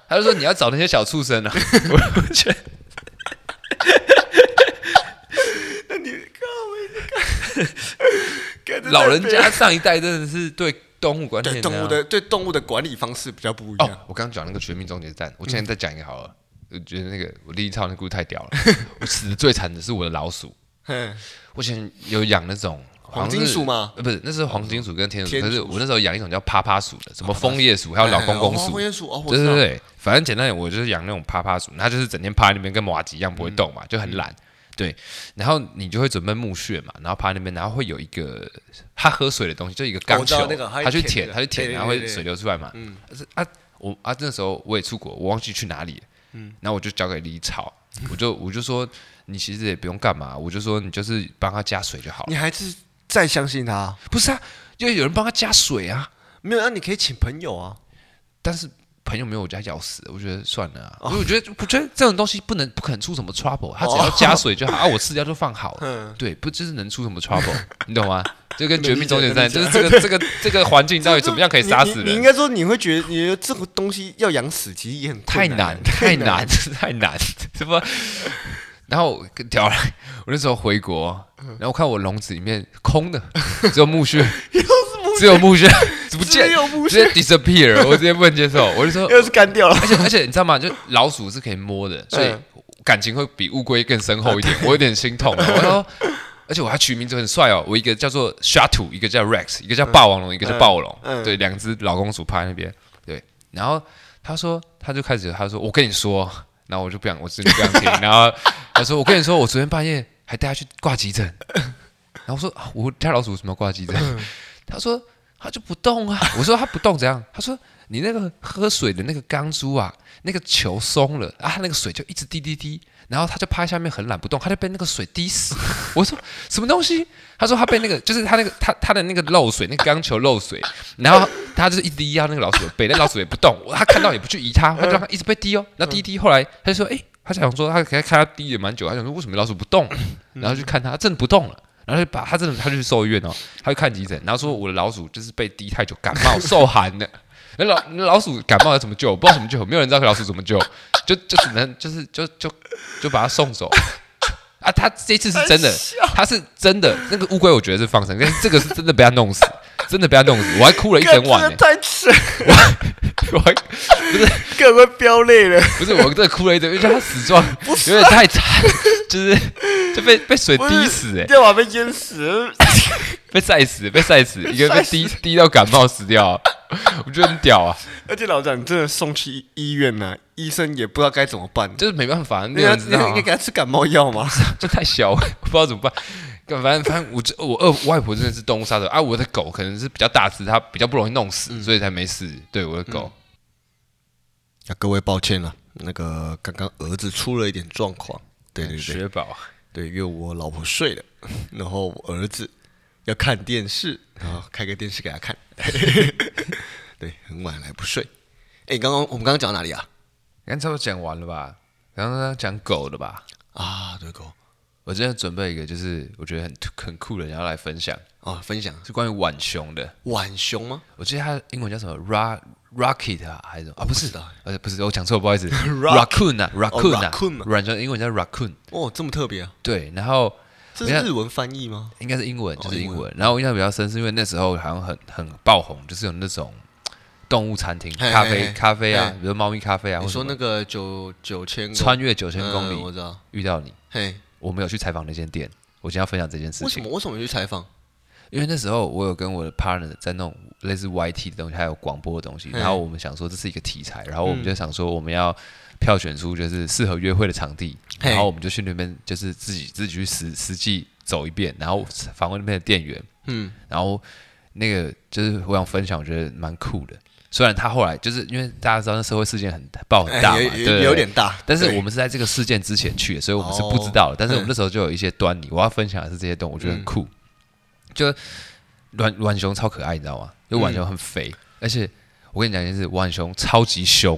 他就说你要找那些小畜生啊，我觉得。 那你靠， 老人家上一代真的是对动物管理、 对动物的管理方式比较不一样。 我刚刚讲那个《绝命终结站》，我现在再讲一个好了。我觉得那个我第一套那故事太屌了。我死的最惨的是我的老鼠。我以前有养那种黄金鼠吗？ 不是，那是黄金鼠跟天竺鼠。可是我那时候养一种叫趴趴鼠的，什么枫叶鼠，还有老公公鼠。 枫叶鼠对对对，反正简单点，我就是养那种趴趴鼠，它就是整天趴在那边跟麻吉一样不会动嘛，就很懒。对，然后你就会准备墓穴嘛，然后趴在那边，然后会有一个它喝水的东西，就一个钢球，它去舔，然后会水流出来嘛。那时候我也出国，我忘记去哪里了。然后我就交给李草，我就说你其实也不用干嘛，我就说你就是帮他加水就好了。 你还是再相信他？ 不是啊，因为有人帮他加水啊。 没有，那你可以请朋友啊。 但是朋友没有我家要死，我觉得算了啊。我觉得这种东西不可能出什么 trouble， 他只要加水就好啊。我饲料就放好了，对，不就是能出什么 trouble， 你懂吗？就跟绝命终结站，就是这个环境到底怎么样可以杀死人？ 你应该说你会觉得，你的这个东西要养死，其实也很太难，是不？然后屌了，我那时候回国，然后我看我笼子里面空的，只有墓穴，只有墓穴不见，直接 disappear， 我直接不能接受，我就说又是干掉了。 而且你知道吗？就老鼠是可以摸的，所以感情会比乌龟更深厚一点，我有点心痛。我说。而且我还取名字很帅哦，我一个叫做 Shatu， 一个叫 Rex， 一个叫霸王龙，一个叫暴龙，对，两只老公鼠趴在那边，对。然后他说我跟你说，然后我就不想，我真的不想听。然后他说我跟你说，我昨天半夜还带他去挂急诊。然后我说我家老鼠为什么要挂急诊？他说他就不动啊。我说他不动怎样？他说你那个喝水的那个钢珠啊，那个球松了啊，他那个水就一直滴。然后他就趴在下面很懒不动，他就被那个水滴死。我说什么东西？他说他被那个就是他那个他的那个漏水，那个钢球漏水，然后他就是一直滴到那个老鼠的背，那老鼠也不动，他看到也不去移它，他就让它一直被滴哦。然后滴，后来他就说，他想说他看他滴也蛮久，他想说为什么老鼠不动？然后去看他真的不动了，然后就把他就去兽医院哦，他去看急诊，然后说我的老鼠就是被滴太久感冒受寒了。那老鼠感冒要怎么救？我不知道怎么救，没有人知道老鼠怎么救，就只能就把它送走啊！他这次是真的，他是真的。那个乌龟我觉得是放生，但是这个是真的被他弄死，真的被他弄死，我还哭了一整晚呢。 太扯！ 我还不是更会飙泪了。 不是，我真的哭了一整，因为他死状有点太惨，就被水滴死哎， 要把被淹死， 被晒死，一个被滴到感冒死掉。我觉得很屌啊！ 而且老蒋，你真的送去医院呢，医生也不知道该怎么办， 就是没办法， 你给他吃感冒药吗？ 就太小，我不知道怎么办。反正我外婆真的是动物杀手啊！我的狗可能是比较大只，它比较不容易弄死，所以才没事。对我的狗， 各位抱歉了，那个刚刚儿子出了一点状况，对， 雪宝， 对，因为我老婆睡了，然后我儿子要看电视，然后开个电视给他看。对，很晚还不睡。我们刚刚讲到哪里啊？ 刚才我讲完了吧？刚刚讲狗的吧？ 啊，对，狗。 我今天准备一个，就是我觉得很酷的，然后来分享啊，分享是关于浣熊的。 浣熊吗？ 我记得它英文叫什么 Rocket 啊，还是什么啊？不是的， 不是，我讲错，不好意思。Raccoon 啊，浣熊英文叫 Raccoon。 哦，这么特别啊？ 对，然后这是日文翻译吗？ 应该是英文，就是英文。然后我印象比较深，是因为那时候好像很爆红，就是有那种动物餐厅、咖啡啊，比如猫咪咖啡啊。 你说那个9000 穿越9000公里， 我知道遇到你。 嘿， 我没有去采访那间店，我今天要分享这件事情。 为什么去采访？ 因为那时候我有跟我的 partner 在弄类似 YT 的东西，还有广播的东西，然后我们想说这是一个题材，然后我们就想说我们要票选出就是适合约会的场地，然后我们就去那边就是自己去实际走一遍，然后访问那边的店员，然后那个就是我想分享，我觉得蛮酷的。虽然他后来就是因为大家知道那社会事件很大嘛，对， 有点大， 但是我们是在这个事件之前去的，所以我们是不知道的。但是我们那时候就有一些端倪，我要分享的是这些动物，我觉得很酷。就浣熊超可爱，你知道吗？因为浣熊很肥，而且我跟你讲一件事，浣熊超级凶，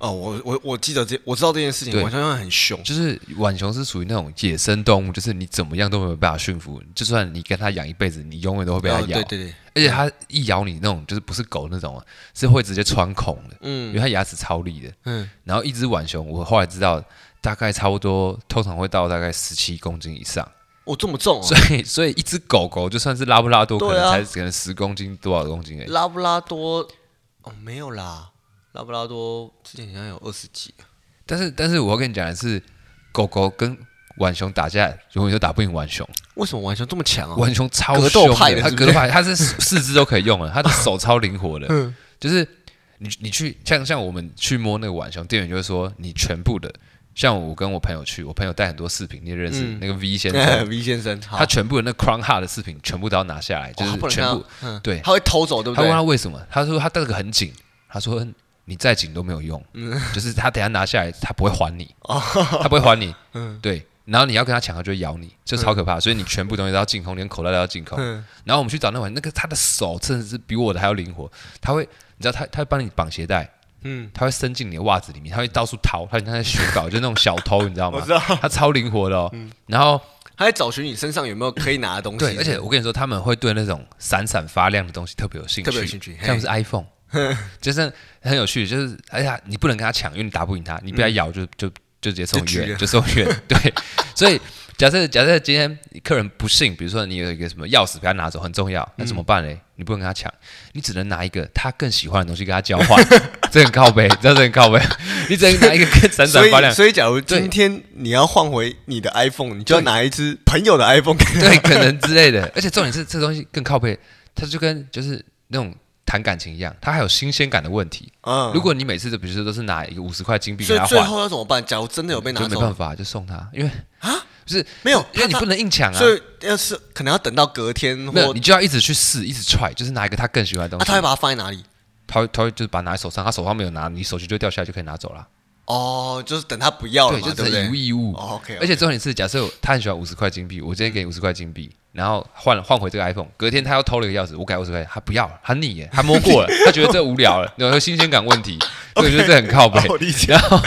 哦，我记得我知道这件事情，浣熊很凶， 就是浣熊是属于那种野生动物，就是你怎么样都没有办法驯服，就算你跟它养一辈子，你永远都会被它咬。 对， 而且它一咬你那种，就是不是狗那种，是会直接穿孔的，因为它牙齿超利的。然后一只浣熊，我后来知道大概差不多，通常会到大概17公斤以上。 哦，这么重啊！ 所以一只狗狗就算是拉布拉多，可能10公斤多少公斤而已。 拉布拉多没有啦。拉布拉多之前好像有20几， 但是我要跟你讲的是，狗狗跟浣熊打架永远都打不赢浣熊。 为什么浣熊这么强啊？ 浣熊超凶的，它格斗派，它是4肢都可以用的，它的手超灵活的。就是你去像我们去摸那个浣熊，店员就会说你全部的，像我跟我朋友去，我朋友带很多饰品，你也认识那个 V 先生 ，V 先生， 他全部的那 Crown Heart 的饰品全部都要拿下来，就是全部，对， 他会偷走，对不对？ 他问他为什么，他说他这个很紧，他说。你再紧都没有用，就是他等一下拿下来，他不会还你，他不会还你，对，然后你要跟他抢，他就会咬你，就超可怕。所以你全部东西都要净空，连口袋都要净空。然后我们去找那个他的手真的是比我的还要灵活，他会，你知道他会帮你绑鞋带，他会伸进你的袜子里面，他会到处掏，他在学搞，就那种小偷，你知道吗？ 我知道， 他超灵活的哦。然后他在找寻你身上有没有可以拿的东西。 对，而且我跟你说，他们会对那种闪闪发亮的东西特别有兴趣，像是 iPhone。就是很有趣，就是哎呀，你不能跟他抢，因为你打不赢他，你被他咬就直接送医院，就送医院。对，所以假设今天客人不幸，比如说你有一个什么钥匙被他拿走，很重要，那怎么办嘞？你不能跟他抢，你只能拿一个他更喜欢的东西跟他交换，这很靠背，这很靠背。你只能拿一个更闪闪发亮。 所以假如今天你要换回你的 iPhone， 你就要拿一只朋友的 iPhone， 对，可能之类的。而且重点是这东西更靠背，它就跟就是那种。谈感情一样，它还有新鲜感的问题。如果你每次比如说都是拿一个50块金币给他换， 所以最后要怎么办？假如真的有被拿走， 就没办法，就送他，因为就是没有， 因为你不能硬抢啊。 所以要是可能要等到隔天， 没有，你就要一直去试，一直try，就是拿一个他更喜欢的东西。 他会把它放在哪里？ 他会就是把它拿在手上，他手上没有拿，你手机就掉下来就可以拿走了。 哦，就是等他不要了嘛， 对，就是以物易物。 OK， 而且重点是，假设他很喜欢50块金币，我今天给你50块金币，然后换回这个 iPhone， 隔天他又偷了一个钥匙，我给他50块，他不要了，他腻耶，他摸过了，他觉得这无聊了，有新鲜感问题，我觉得这很靠北。然后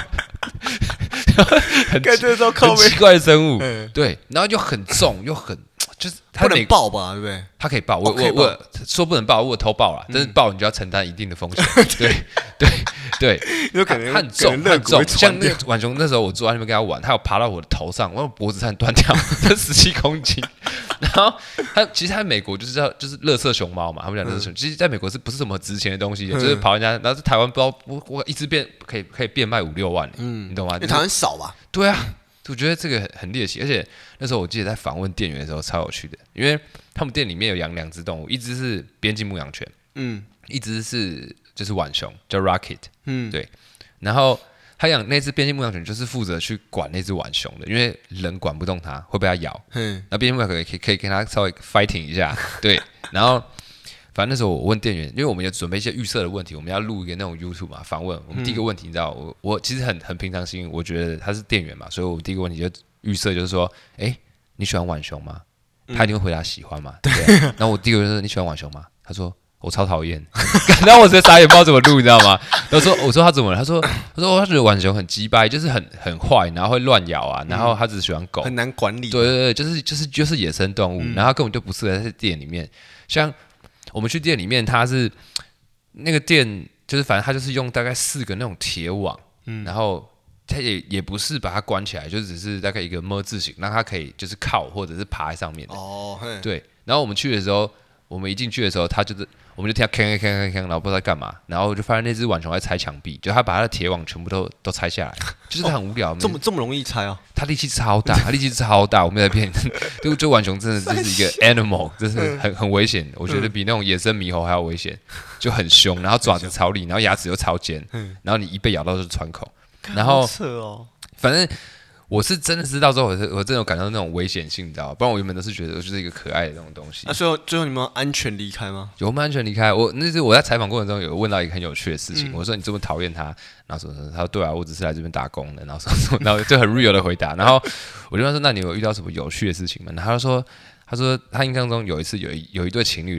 很奇怪的生物，对，然后又很重又很。就是他不能抱吧，对不对？ 他可以抱，我说不能抱，我偷抱了，但是抱你就要承担一定的风险。对， 有可能很重，像那个浣熊那时候我坐在那边跟他玩，他有爬到我的头上，我脖子差点断掉，这17公斤。然后其实他在美国就是垃圾熊猫嘛，他们讲垃圾熊，其实在美国是不是什么值钱的东西，就是跑人家，然后在台湾不知道我一只可以变卖5-6万，你懂吗？ 因为台湾少吧？ 对啊。我觉得这个很猎奇，而且那时候我记得在访问店员的时候超有趣的，因为他们店里面有养2只动物，一只是边境牧羊犬，一只是就是浣熊叫 Rocket，对，然后他养那只边境牧羊犬就是负责去管那只浣熊的，因为人管不动它会被它咬，那边境牧羊犬可以跟它稍微 fighting 一下，对，然后。反正那时候我问店员，因为我们有准备一些预设的问题，我们要录一个那种 YouTube 嘛访问。我们第一个问题，你知道，我其实很平常心，我觉得他是店员嘛，所以我第一个问题就预设就是说，你喜欢浣熊吗？他一定会回答喜欢嘛，对。然后我第一个就是你喜欢浣熊吗？他说我超讨厌，然后我直接傻眼，不知道怎么录，你知道吗？然后我说他怎么了？他说他觉得浣熊很鸡掰，就是很坏，然后会乱咬啊，然后他只喜欢狗， 很难管理。 对，就是野生动物，然后他根本就不适合在店里面，像。我们去店里面，他是那个店，就是反正他就是用大概4个那种铁网，然后他也不是把它关起来，就只是大概一个么字形，让它可以就是靠或者是爬在上面的。对。然后我们去的时候，我们一进去的时候，我们就听他铿，然后不知道在干嘛，然后就发现那只浣熊在拆墙壁，就他把他的铁网全部都拆下来，就是他很无聊。 这么容易拆啊？ 他力气超大，我没有在骗你。就浣熊真的就是一个 animal， 真是很危险。我觉得比那种野生猕猴还要危险，就很凶，然后爪子超利，然后牙齿又超尖，然后你一被咬到就是穿孔。然后反正。我是真的知道之后，我真的有感到那种危险性，你知道吗？不然我原本都是觉得就是一个可爱的那种东西。 那最后你们安全离开吗？ 有没有安全离开？那次我在采访过程中有问到一个很有趣的事情，我说你这么讨厌他，然后他说对啊，我只是来这边打工的，然后就很 real 的回答，然后我就问他说那你有遇到什么有趣的事情吗？然后他说他印象中有一次有一对情侣来，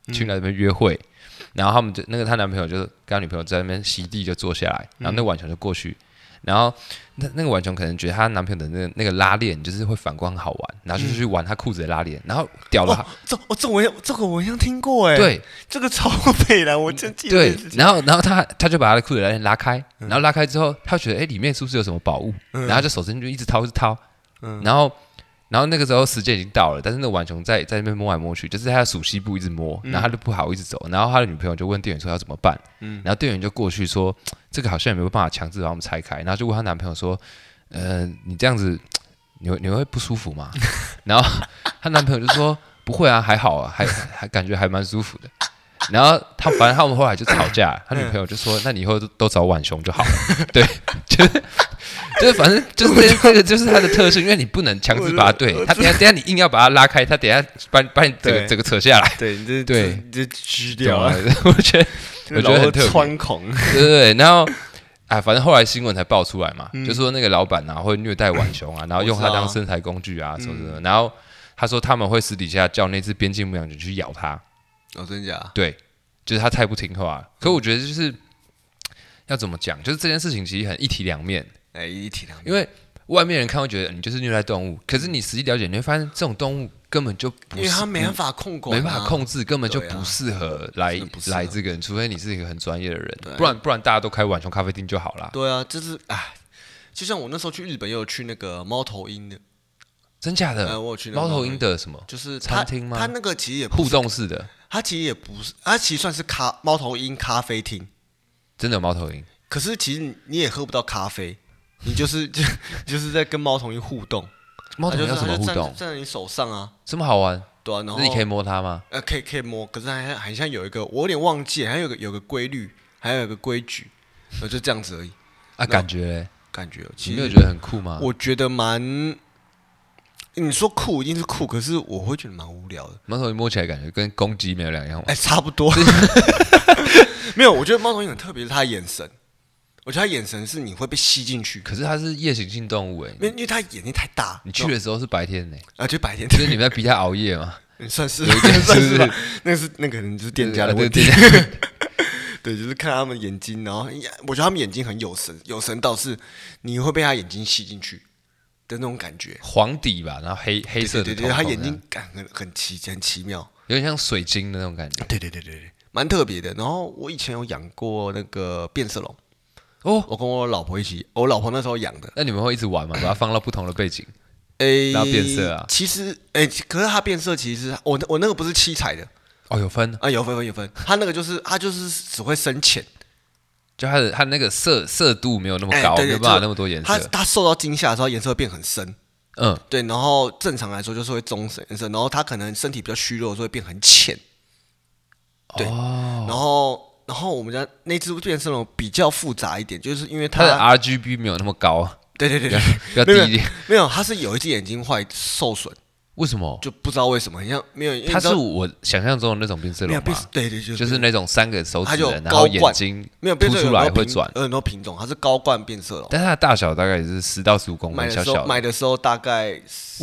去那边约会，然后他们就她男朋友就跟她女朋友在那边席地就坐下来，然后那浣熊就过去。然后那个浣熊可能觉得她男朋友的那个拉链就是会反光很好玩，然后就去玩她裤子的拉链，然后屌了。 这个我好像听过哎。 对， 这个超北蓝，我真记得。 对，然后他就把他的裤子拉链拉开，然后拉开之后，他觉得里面是不是有什么宝物？然后就手伸进去一直掏，然后那个时候时间已经到了，但是那个浣熊在那边摸来摸去，就是他的属膝部一直摸，然后他就不好一直走，然后他的女朋友就问店员说要怎么办，然后店员就过去说这个好像也没有办法强制把我们拆开，然后就问他男朋友说，你这样子你会不舒服吗？然后她男朋友就说不会啊，还好啊，还感觉还蛮舒服的。然后反正他们后来就吵架，他女朋友就说：“那你以后都找浣熊就好了。”对，就是反正就是这个就是它的特性，因为你不能强制把它对他，等下你硬要把它拉开，他等下把你整个扯下来， 对，你这狙掉了。我觉得很特别， 穿孔， 对，然后反正后来新闻才爆出来嘛，就说那个老板会虐待浣熊啊，然后用它当生财工具啊什么的，然后他说他们会私底下叫那只边境牧羊犬去咬它。 哦，真假？ 对，就是他太不听话了。可我觉得就是要怎么讲，就是这件事情其实很一体两面。 一体两面。 因为外面人看会觉得你就是虐待动物，可是你实际了解，你会发现这种动物根本就不是， 因为它没办法控管， 没办法控制，根本就不适合来这个人，除非你是一个很专业的人，不然大家都开浣熊咖啡厅就好啦。 对啊，就是就像我那时候去日本，也有去那个猫头鹰的。 真假的？ 我有去猫头鹰的什么？ 就是餐厅吗？ 它那个其实也互动式的， 它其实也不是，它其实算是猫头鹰咖啡厅。 真的有猫头鹰？ 可是其实你也喝不到咖啡，你就是在跟猫头鹰互动。 猫头鹰要怎么互动？ 站在你手上啊， 这么好玩？ 对啊，然后你可以摸它吗？ 可以摸，可是好像有一个，我有点忘记，还有个规律，还有一个规矩，就这样子而已。 感觉其实你没有觉得很酷吗？ 我觉得蛮。你说酷一定是酷，可是我会觉得蛮无聊的。 猫头鹰摸起来感觉跟公鸡没有两样嘛？ 差不多。没有，我觉得猫头鹰很特别，是它的眼神。我觉得它眼神是你会被吸进去。 可是它是夜行性动物因为它眼睛太大。 你去的时候是白天就白天。 就是你们在逼它熬夜嘛？ 算是， 算是吧。 那可能就是店家的问题。对，就是看他们眼睛，然后我觉得他们眼睛很有神，有神到是你会被他眼睛吸进去的那种感觉。 黄底吧，然后黑色的瞳孔， 对，他眼睛很奇妙， 有点像水晶的那种感觉。 对，蛮特别的。然后我以前有养过那个变色龙。我跟我老婆一起，我老婆那时候养的。 那你们会一直玩吗？把它放到不同的背景，然后变色啊？ 其实，可是它变色，其实我那个不是七彩的。 有分有分。它那个它就是只会深浅， 就它那个色度没有那么高，没有办法那么多颜色。 它受到惊吓的时候，颜色会变很深。对。然后正常来说就是会棕颜色，然后它可能身体比较虚弱的时候会变很浅。对。然后我们家那只变色龙比较复杂一点，就是因为它的 RGB 没有那么高。 对， 比较低一点。 没有，它是有一只眼睛受损。 为什么？ 就不知道为什么，很像没有。 它是我想象中的那种变色龙吗？ 对， 就是那种3个手指的，然后眼睛没有凸出来会转。 有很多品种，它是高冠变色龙， 但是它的大小大概也是10到15公分，小小的。 买的时候大概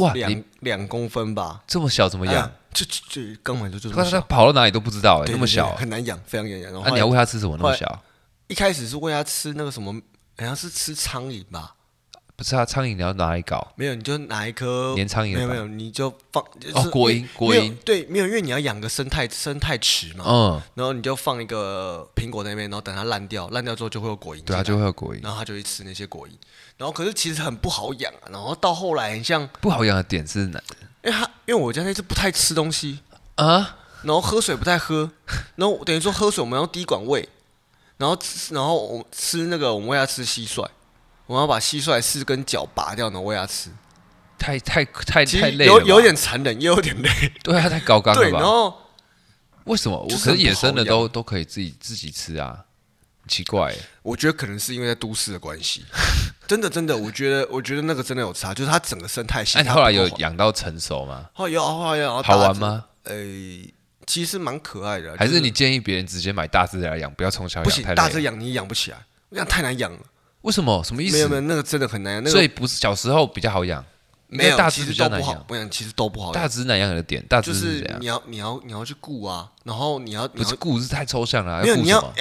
2公分吧。 这么小怎么养？ 就刚买的就这么小。 它跑到哪里都不知道那么小很难养，非常难养。 那你要喂它吃什么？那么小？ 一开始是喂它吃那个什么，好像是吃苍蝇吧。 不是苍蝇，你要拿来搞？ 没有，你就拿一颗粘苍蝇。 没有，你就放果蝇。 对，没有，因为你要养个生态池嘛。然后你就放一个苹果在那边，然后等它烂掉之后就会有果蝇。 对啊，就会有果蝇。 然后它就会吃那些果蝇。然后可是其实很不好养啊。然后到后来很像不好养的点是哪？ 因为我家那只不太吃东西啊， 然后喝水不太喝，然后等于说喝水我们要滴管喂，然后我们吃那个我们喂它吃蟋蟀。我要把蟋蟀4根脚拔掉，然后喂它吃。 太累了， 有点残忍，也有点累。 对啊，太高纲了吧？ 对，然后为什么？可是野生的都可以自己吃啊，奇怪。 我觉得可能是因为在都市的关系。真的，我觉得那个真的有差，就是它整个生态系。 你后来有养到成熟吗？ 后来好玩吗？ 其实蛮可爱的。 还是你建议别人直接买大只的来养，不要从小养？ 不行，大只养你养不起来，那样太难养了。 为什么？什么意思？ 没有，那个真的很难养。 所以不是小时候比较好养。 没有， 大其实只比较难养。 我想其实都不好养。 大只难养的点，大只就是怎样？ 你要去顾啊，然后你要顾是太抽象了， 没有你要顾什么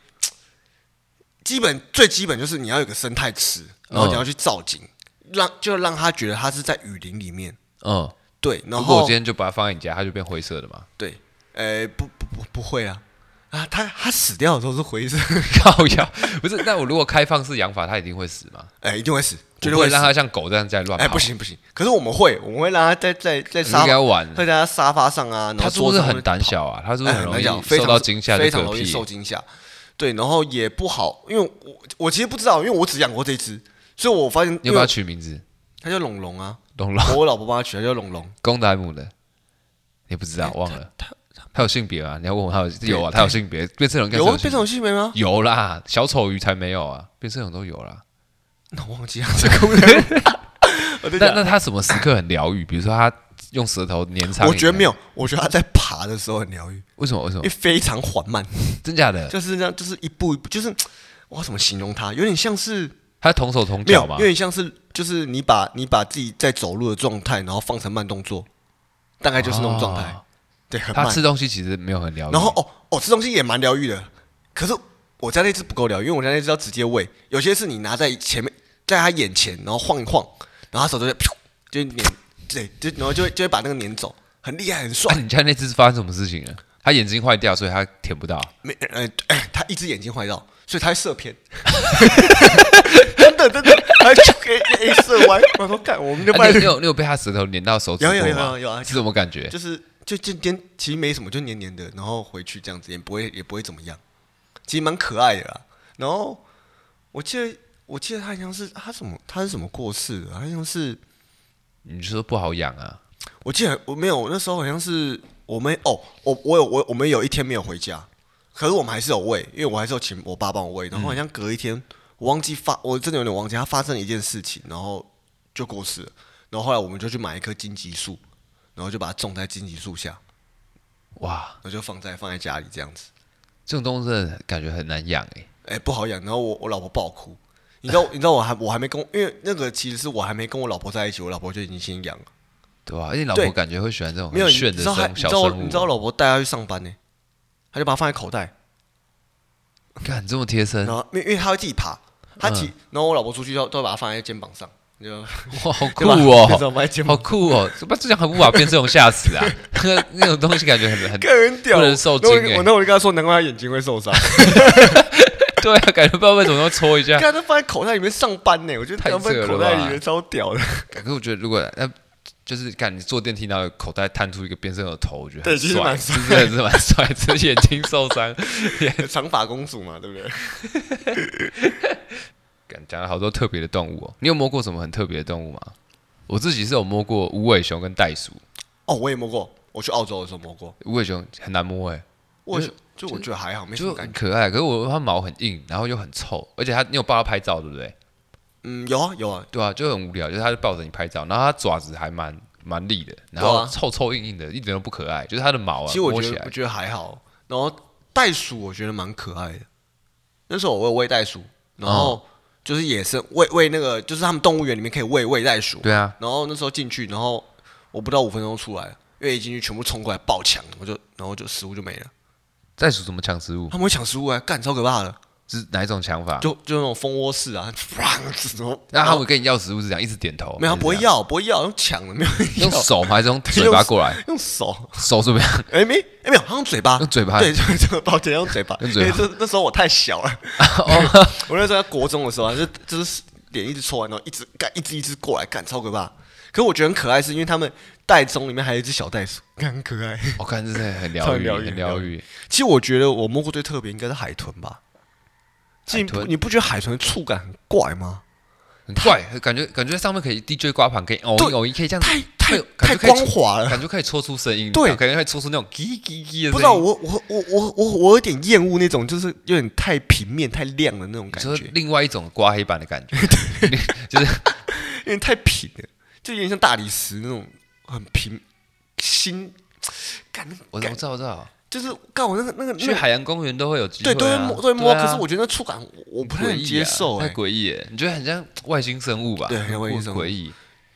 最基本就是你要有个生态池，然后你要去造景，让他觉得他是在雨林里面。对。然后如果我今天就把它放在你家，它就变灰色的嘛？ 对，不会啊。他死掉的时候是灰色， 靠腰不是？那我如果开放式养法，它一定会死吗？ 一定会死， 绝对会让它像狗这样在乱跑。 不行。可是我们会让它在沙沙发上啊，然后它是不是很胆小啊？它是不是很容易受到惊吓？ 非常容易受惊吓。对，然后也不好，因为我其实不知道，因为我只养过这一只，所以我发现你要不要取名字？ 它叫龙龙啊， 龙龙。 我老婆帮它取，它叫龙龙， 公的还是母的？你不知道，忘了。它有性别吗？你要问我，有啊，它有性别。变色龙有变色龙性别吗？ 有啦，小丑鱼才没有啊，变色龙都有啦。 那我忘记它这功能。 那它什么时刻很疗愈？比如说它用舌头粘苍蝇。 我觉得没有，我觉得它在爬的时候很疗愈。 为什么？ 因为非常缓慢。 真假的？ 就是这样，就是一步一步，就是我要怎么形容它？有点像是它同手同脚吗？ 有点像是就是你把自己在走路的状态，然后放成慢动作，大概就是那种状态。对，很慢。 它吃东西其实没有很疗愈。 然后吃东西也蛮疗愈的。可是我家那只不够疗愈，因为我家那只要直接喂。有些是你拿在前面，在他眼前，然后晃一晃，然后他手就会就粘，对，然后就会把那个粘走，很厉害，很帅。 你家那只是发生什么事情了？他眼睛坏掉，所以他舔不到。 他一只眼睛坏掉，所以他会射偏。真的，他就给射歪。我说干，我们就你有被他舌头粘到手指过吗？ 有啊， 是什么感觉？ 就黏，其实没什么，就黏黏的，然后回去这样子也不会怎么样，其实蛮可爱的啦。然后我记得他好像是他是什么过世的，好像是你说不好养啊？ 我记得我没有，那时候好像是我们有一天没有回家，可是我们还是有喂，因为我还是有请我爸帮我喂，然后好像隔一天我真的有点忘记，他发生了一件事情，然后就过世了，然后后来我们就去买一棵荆棘树。然后就把它种在荆棘树下， 哇！ 然后就放在家里这样子。 这种动物真的感觉很难养不好养。然后我老婆爆哭，你知道我还没跟，因为那个其实是我还没跟我老婆在一起，我老婆就已经先养了， 对吧？而且老婆感觉会喜欢这种很炫的小生物。 你知道我老婆带她去上班呢，她就把它放在口袋， 干这么贴身。 然后因为她会自己爬，然后我老婆出去都会把它放在肩膀上。 哇，好酷哦！好酷哦！这样还不把变色龙吓死啊？那种东西感觉很屌， 不能受惊我就跟他说，难怪他眼睛会受伤。 对啊，感觉不知道为什么要戳一下。 看他放在口袋里面上班呢，我觉得他放在口袋里面超屌的。 可是我觉得如果就是你坐电梯，然后口袋探出一个变色龙的头，我觉得对，其实蛮帅， 真的是蛮帅，只是眼睛受伤。 长发公主嘛，对不对？ 讲了好多特别的动物哦，你有摸过什么很特别的动物吗？我自己是有摸过无尾熊跟袋鼠。 我也摸过，我去澳洲的时候摸过。 无尾熊很难摸我觉得还好，没什么感觉， 很可爱。可是它毛很硬，然后又很臭，而且你有抱它拍照对不对？ 有啊， 对啊，就很无聊，就是它就抱着你拍照，然后它爪子还蛮利的，然后臭硬硬的，一点都不可爱，就是它的毛啊。 其实我觉得还好。然后袋鼠我觉得蛮可爱的，那时候我有喂袋鼠，然后。就是野生喂那个，就是他们动物园里面可以喂袋鼠。 对啊。 然后那时候进去，然后我不到5分钟出来了，因为一进去全部冲过来爆抢，然后就食物就没了。 袋鼠怎么抢食物？ 他们会抢食物干超可怕的。 是哪一种抢法？ 就那种蜂窝式啊， 然后他们跟你要食物是这样，一直点头。 没有，不会要，用抢的，没有。 用手吗？还是用嘴巴过来？ 用手怎么样？ 没有，他用嘴巴。 用嘴巴。 对，抱歉，用嘴巴。因为那时候我太小了。我那时候在国中的时候，就是脸一直抽完，然后一直过来干，超可怕。可是我觉得很可爱，是因为他们袋中里面还有一只小袋鼠，很可爱。 我看这是很疗愈，很疗愈。 其实我觉得我摸过最特别应该是海豚吧。你不觉得海豚的触感很怪吗？ 很怪，感觉在上面可以 DJ 刮盘，可以偶一可以这样， 太光滑了， 感觉可以搓出声音， 对， 感觉可以搓出那种叽叽叽的声音。 不知道我有点厌恶那种，就是有点太平面、太亮的那种感觉。 就是另外一种刮黑板的感觉，就是有点太平了，就有点像大理石那种很平新感。 我知道。 就是干我那个去海洋公园都会有机会， 对，都会摸。可是我觉得那触感我不太能接受， 太诡异。你觉得很像外星生物吧？ 对，很像外星生物， 诡异。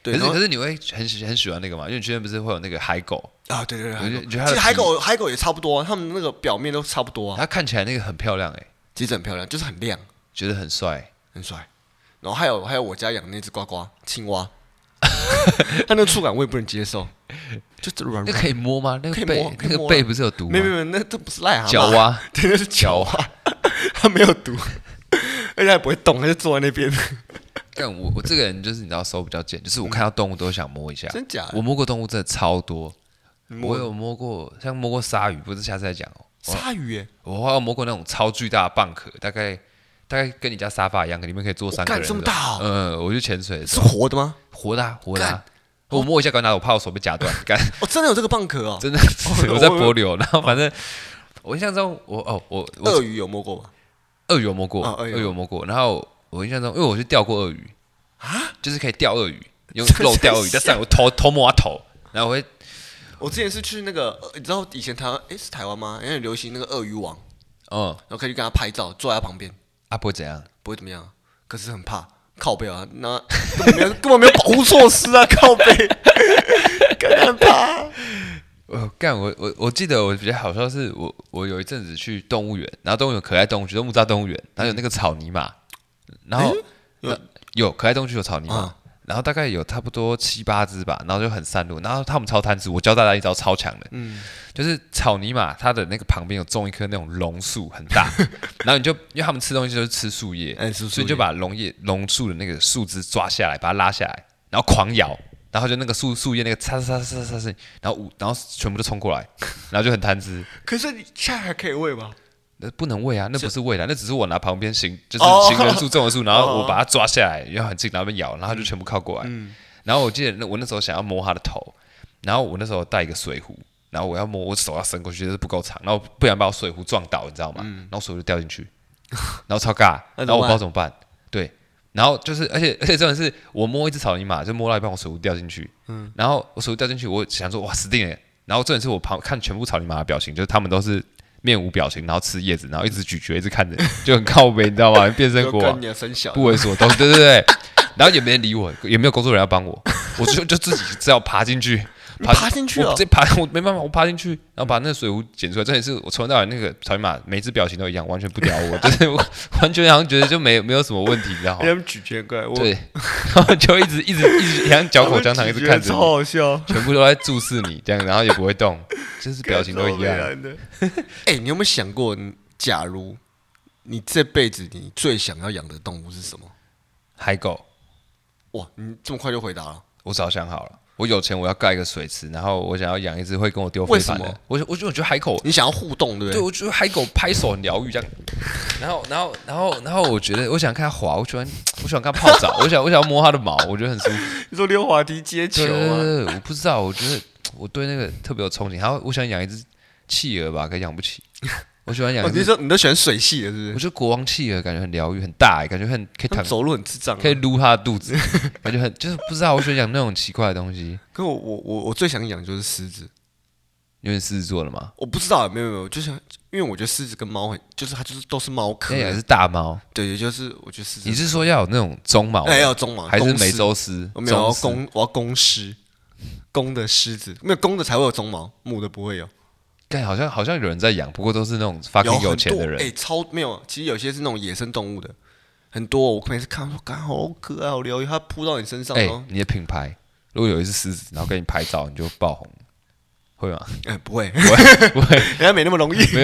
对， 可是你会很喜欢那个嘛？因为你之前不是会有那个海狗啊？对， 你觉得其实海狗也差不多啊，它们那个表面都差不多啊。 它看起来那个很漂亮其实很漂亮，就是很亮， 觉得很帅。 然后还有我家养那只呱呱青蛙，它那个触感我也不能接受，就软。 那可以摸吗？那个背那个背不是有毒吗？ 没有，那这不是癞蛤蟆， 角蛙， 对，那是角蛙，它没有毒，而且它也不会动，它就坐在那边。 但我这个人就是你知道手比较贱，就是我看到动物都想摸一下。 真假的？ 我摸过动物真的超多，我有摸过，像摸过鲨鱼，不是下次再讲哦。 鲨鱼耶， 我还有摸过那种超巨大的蚌壳，大概跟你家沙发一样，里面可以坐3个人。 这么大哦！我去潜水是活的吗？ 活的。我摸一下，刚拿我怕我手被夹断。 真的有这个蚌壳哦！ 真的，我在柏流。然后反正我印象中， 鳄鱼有摸过吗？ 鳄鱼有摸过，然后我印象中，因为我去钓过鳄鱼啊， 就是可以钓鳄鱼，用肉钓鳄鱼，在上面偷摸它头，然后我之前是去那个，你知道以前台湾是台湾吗？因为流行那个鳄鱼王，然后可以去跟他拍照，坐在他旁边， 不会怎样， 不会怎么样，可是很怕靠背啊，那根本没有保护措施啊，靠背，很怕。 我记得我比较好笑是我有一阵子去动物园，然后动物园可爱动物区，木栅动物园，然后有那个草泥马，然后有可爱动物区有草泥马。然后大概有差不多7、8只吧，然后就很散落，然后他们超贪吃。我教大家一招超强的，就是草泥马它的那个旁边有种一棵那种榕树，很大，然后你就因为他们吃东西就是吃树叶，所以你就把榕树的那个树枝抓下来，把它拉下来，然后狂摇，然后就那个树叶那个擦，然后全部都冲过来，然后就很贪吃。 可是你现在还可以喂吗？ 不能喂啊，那不是喂啦，那只是我拿旁边就是行人树种的树，然后我把它抓下来，然后很近，然后被咬，然后它就全部靠过来。然后我记得我那时候想要摸它的头，然后我那时候带一个水壶，然后我要摸，我手要伸过去，就是不够长，然后不然把我水壶撞倒，你知道吗？然后水壶就掉进去，然后超尬，然后我不知道怎么办。对，然后就是而且真的是我摸一只草泥马，就摸到一半我水壶掉进去，然后我水壶掉进去，我想说哇死定了。然后重点是我看全部草泥马的表情，就是他们都是面无表情，然后吃叶子，然后一直咀嚼，一直看着，就很靠北，你知道吗？变身国王，不为所动，对。然后也没人理我，也没有工作人员要帮我，我就自己只好爬进去， 爬进去我直接我没办法，我爬进去，然后把那个水壶捡出来。这也是我从头到尾那个草泥马每只表情都一样，完全不屌我，就是我完全好像觉得就没有什么问题，你知道吗？ 他们咀嚼过来， 对，然后就一直像嚼口香糖，一直看着你， 超好笑， 全部都在注视你，这样，然后也不会动，就是表情都一样。 你有没有想过，假如你这辈子你最想要养的动物是什么？ 海狗。 哇，你这么快就回答了？ 我早想好了，我有钱我要盖一个水池，然后我想要养一只会跟我丢飞盘的。我觉得海狗， 你想要互动，对不对？ 对，我觉得海狗拍手很疗愈，这样。然后我觉得我想看它滑，我喜欢看它泡澡，我想要摸它的毛，我觉得很舒服。 你说溜滑梯接球啊？ 对，我不知道，我觉得我对那个特别有憧憬。然后我想养一只企鹅吧，可养不起。我喜欢养。 你说你都喜欢水系的，是不是？ 我觉得国王企鹅感觉很疗愈，很大，感觉可以躺， 走路很智障， 可以撸它的肚子，感觉很就是不知道，我喜欢养那种奇怪的东西。 可我最想养就是狮子， 因为狮子座的吗？ 我不知道，没有，就是因为我觉得狮子跟猫就是它都是猫科， 也是大猫。 对，就是我觉得狮子。 你是说要有那种中毛？ 要中毛， 还是美洲狮？ 我没有，我要公狮，公的狮子，没有公的才会有中毛，母的不会有。 好像有人在养，不过都是那种fucking有钱的人。 没有，其实有些是那种野生动物的，很多。我每次看说，好可爱，好疗愈，它扑到你身上。 你的品牌如果有一只狮子，然后跟你拍照，你就爆红，会吗？ 不会， 不会， 人家没那么容易。 没有。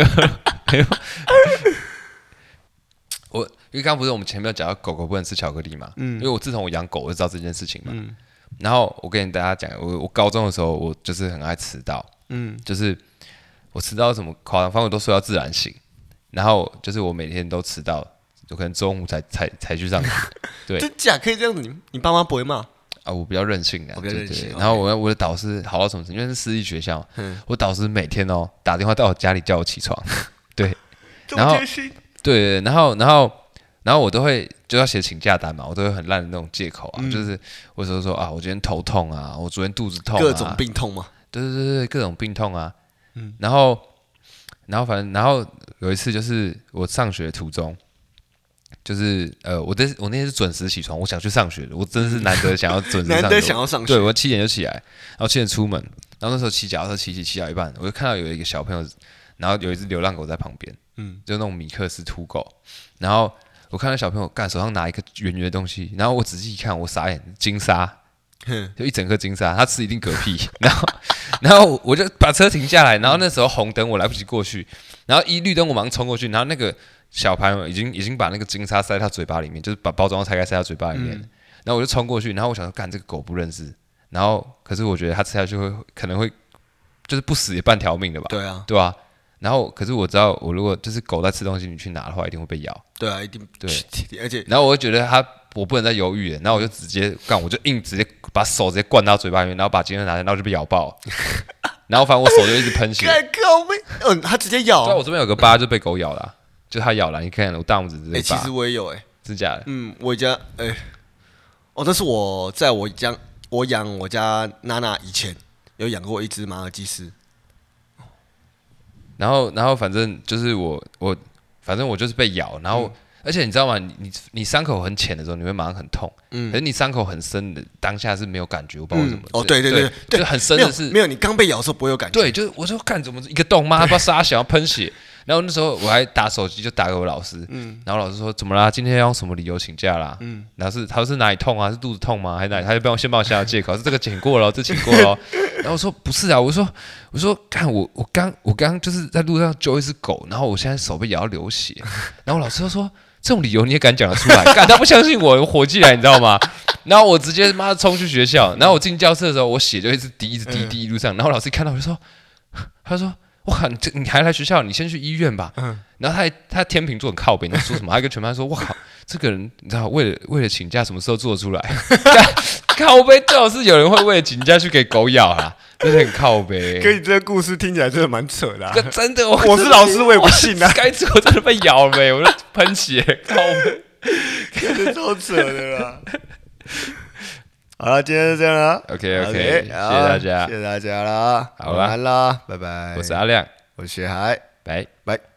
因为刚刚不是我们前面有讲到狗狗不能吃巧克力嘛？因为我自从我养狗，我就知道这件事情嘛。然后我跟大家讲，我高中的时候，我就是很爱迟到。就是我迟到什么夸张，反正我都睡到自然醒，然后就是我每天都迟到，有可能中午才去上学。对， 真假可以这样子？你爸妈不会骂啊？我比较任性的， 我比较任性。 然后我的导师好到什么程度？因为是私立学校，我导师每天打电话到我家里叫我起床。对，然后对，然后我都会就要写请假单嘛，我都会很烂的那种借口啊，就是我说啊，我今天头痛啊，我昨天肚子痛啊， 各种病痛嘛。 对，各种病痛啊。然后有一次就是我上学途中， 就是我那天是准时起床，我想去上学的，我真的是难得想要准时上学， 难得想要上学。 对，我7点就起来，然后7点出门，然后那时候骑脚踏车骑到一半，我就看到有一个小朋友，然后有一只流浪狗在旁边，就那种米克斯土狗，然后我看到小朋友手上拿一个圆圆的东西，然后我仔细一看，我傻眼，金沙。就一整颗金沙，他吃一定嗝屁，然后我就把车停下来，然后那时候红灯我来不及过去，然后一绿灯我马上冲过去，然后那个小朋友已经把那个金沙塞他嘴巴里面，就是把包装拆开塞他嘴巴里面，然后我就冲过去，然后我想说干这个狗不认识，然后可是我觉得他吃下去可能会就是不死也半条命的吧，对啊，然后可是我知道我如果就是狗在吃东西你去拿的话一定会被咬， 对啊，一定对，而且然后我就觉得我不能再犹豫了，然后我就直接我就直接把手直接灌到嘴巴里面，然后把金沙拿下，然后就被咬爆，然后反正我手就一直喷血。 他直接咬。 对，我这边有个疤就被狗咬了，就它咬了，你看我大拇指直接其实我也有是假的。 我家那是我在我养我家娜娜以前有养过一只马尔济斯， 然后反正就是反正我就是被咬，然后。而且你知道吗？你伤口很浅的时候，你会马上很痛。可是你伤口很深的当下是没有感觉，我不知道为什么。 对， 就很深的是没有你刚被咬的时候不会有感觉。 对，就是我说看怎么一个洞，妈不知道杀小要喷血。然后那时候我还打手机就打给我老师，然后老师说怎么啦？今天要用什么理由请假啦？然后他是哪里痛啊？是肚子痛吗？还是哪里？他就先帮我下借口，是这个请过了，这请过了。然后我说不是啊，我说看我刚就是在路上救一只狗，然后我现在手被咬到流血，然后老师就说。这种理由你也敢讲得出来？干他不相信我，我火起来，你知道吗？然后我直接妈冲去学校，然后我进教室的时候，我血就一直滴一路上。然后老师一看到我就说，他说：“哇，你还来学校？你先去医院吧。”然后他天秤座很靠北，他说什么？他跟全班说：“哇靠，这个人你知道为了请假什么时候做得出来？”靠北，最好是有人会为了请假去给狗咬啊。真的很靠北， 跟你这个故事听起来真的蛮扯的。 真的， 我是老师，我也不信啊。 该我真的被咬了没？我就喷血，靠北， 真的超扯的啦。好了，今天就这样了。 OK， 谢谢大家， 谢谢大家啦。 好啦， 啦，拜拜。 我是阿亮， 我是雪海， 拜拜。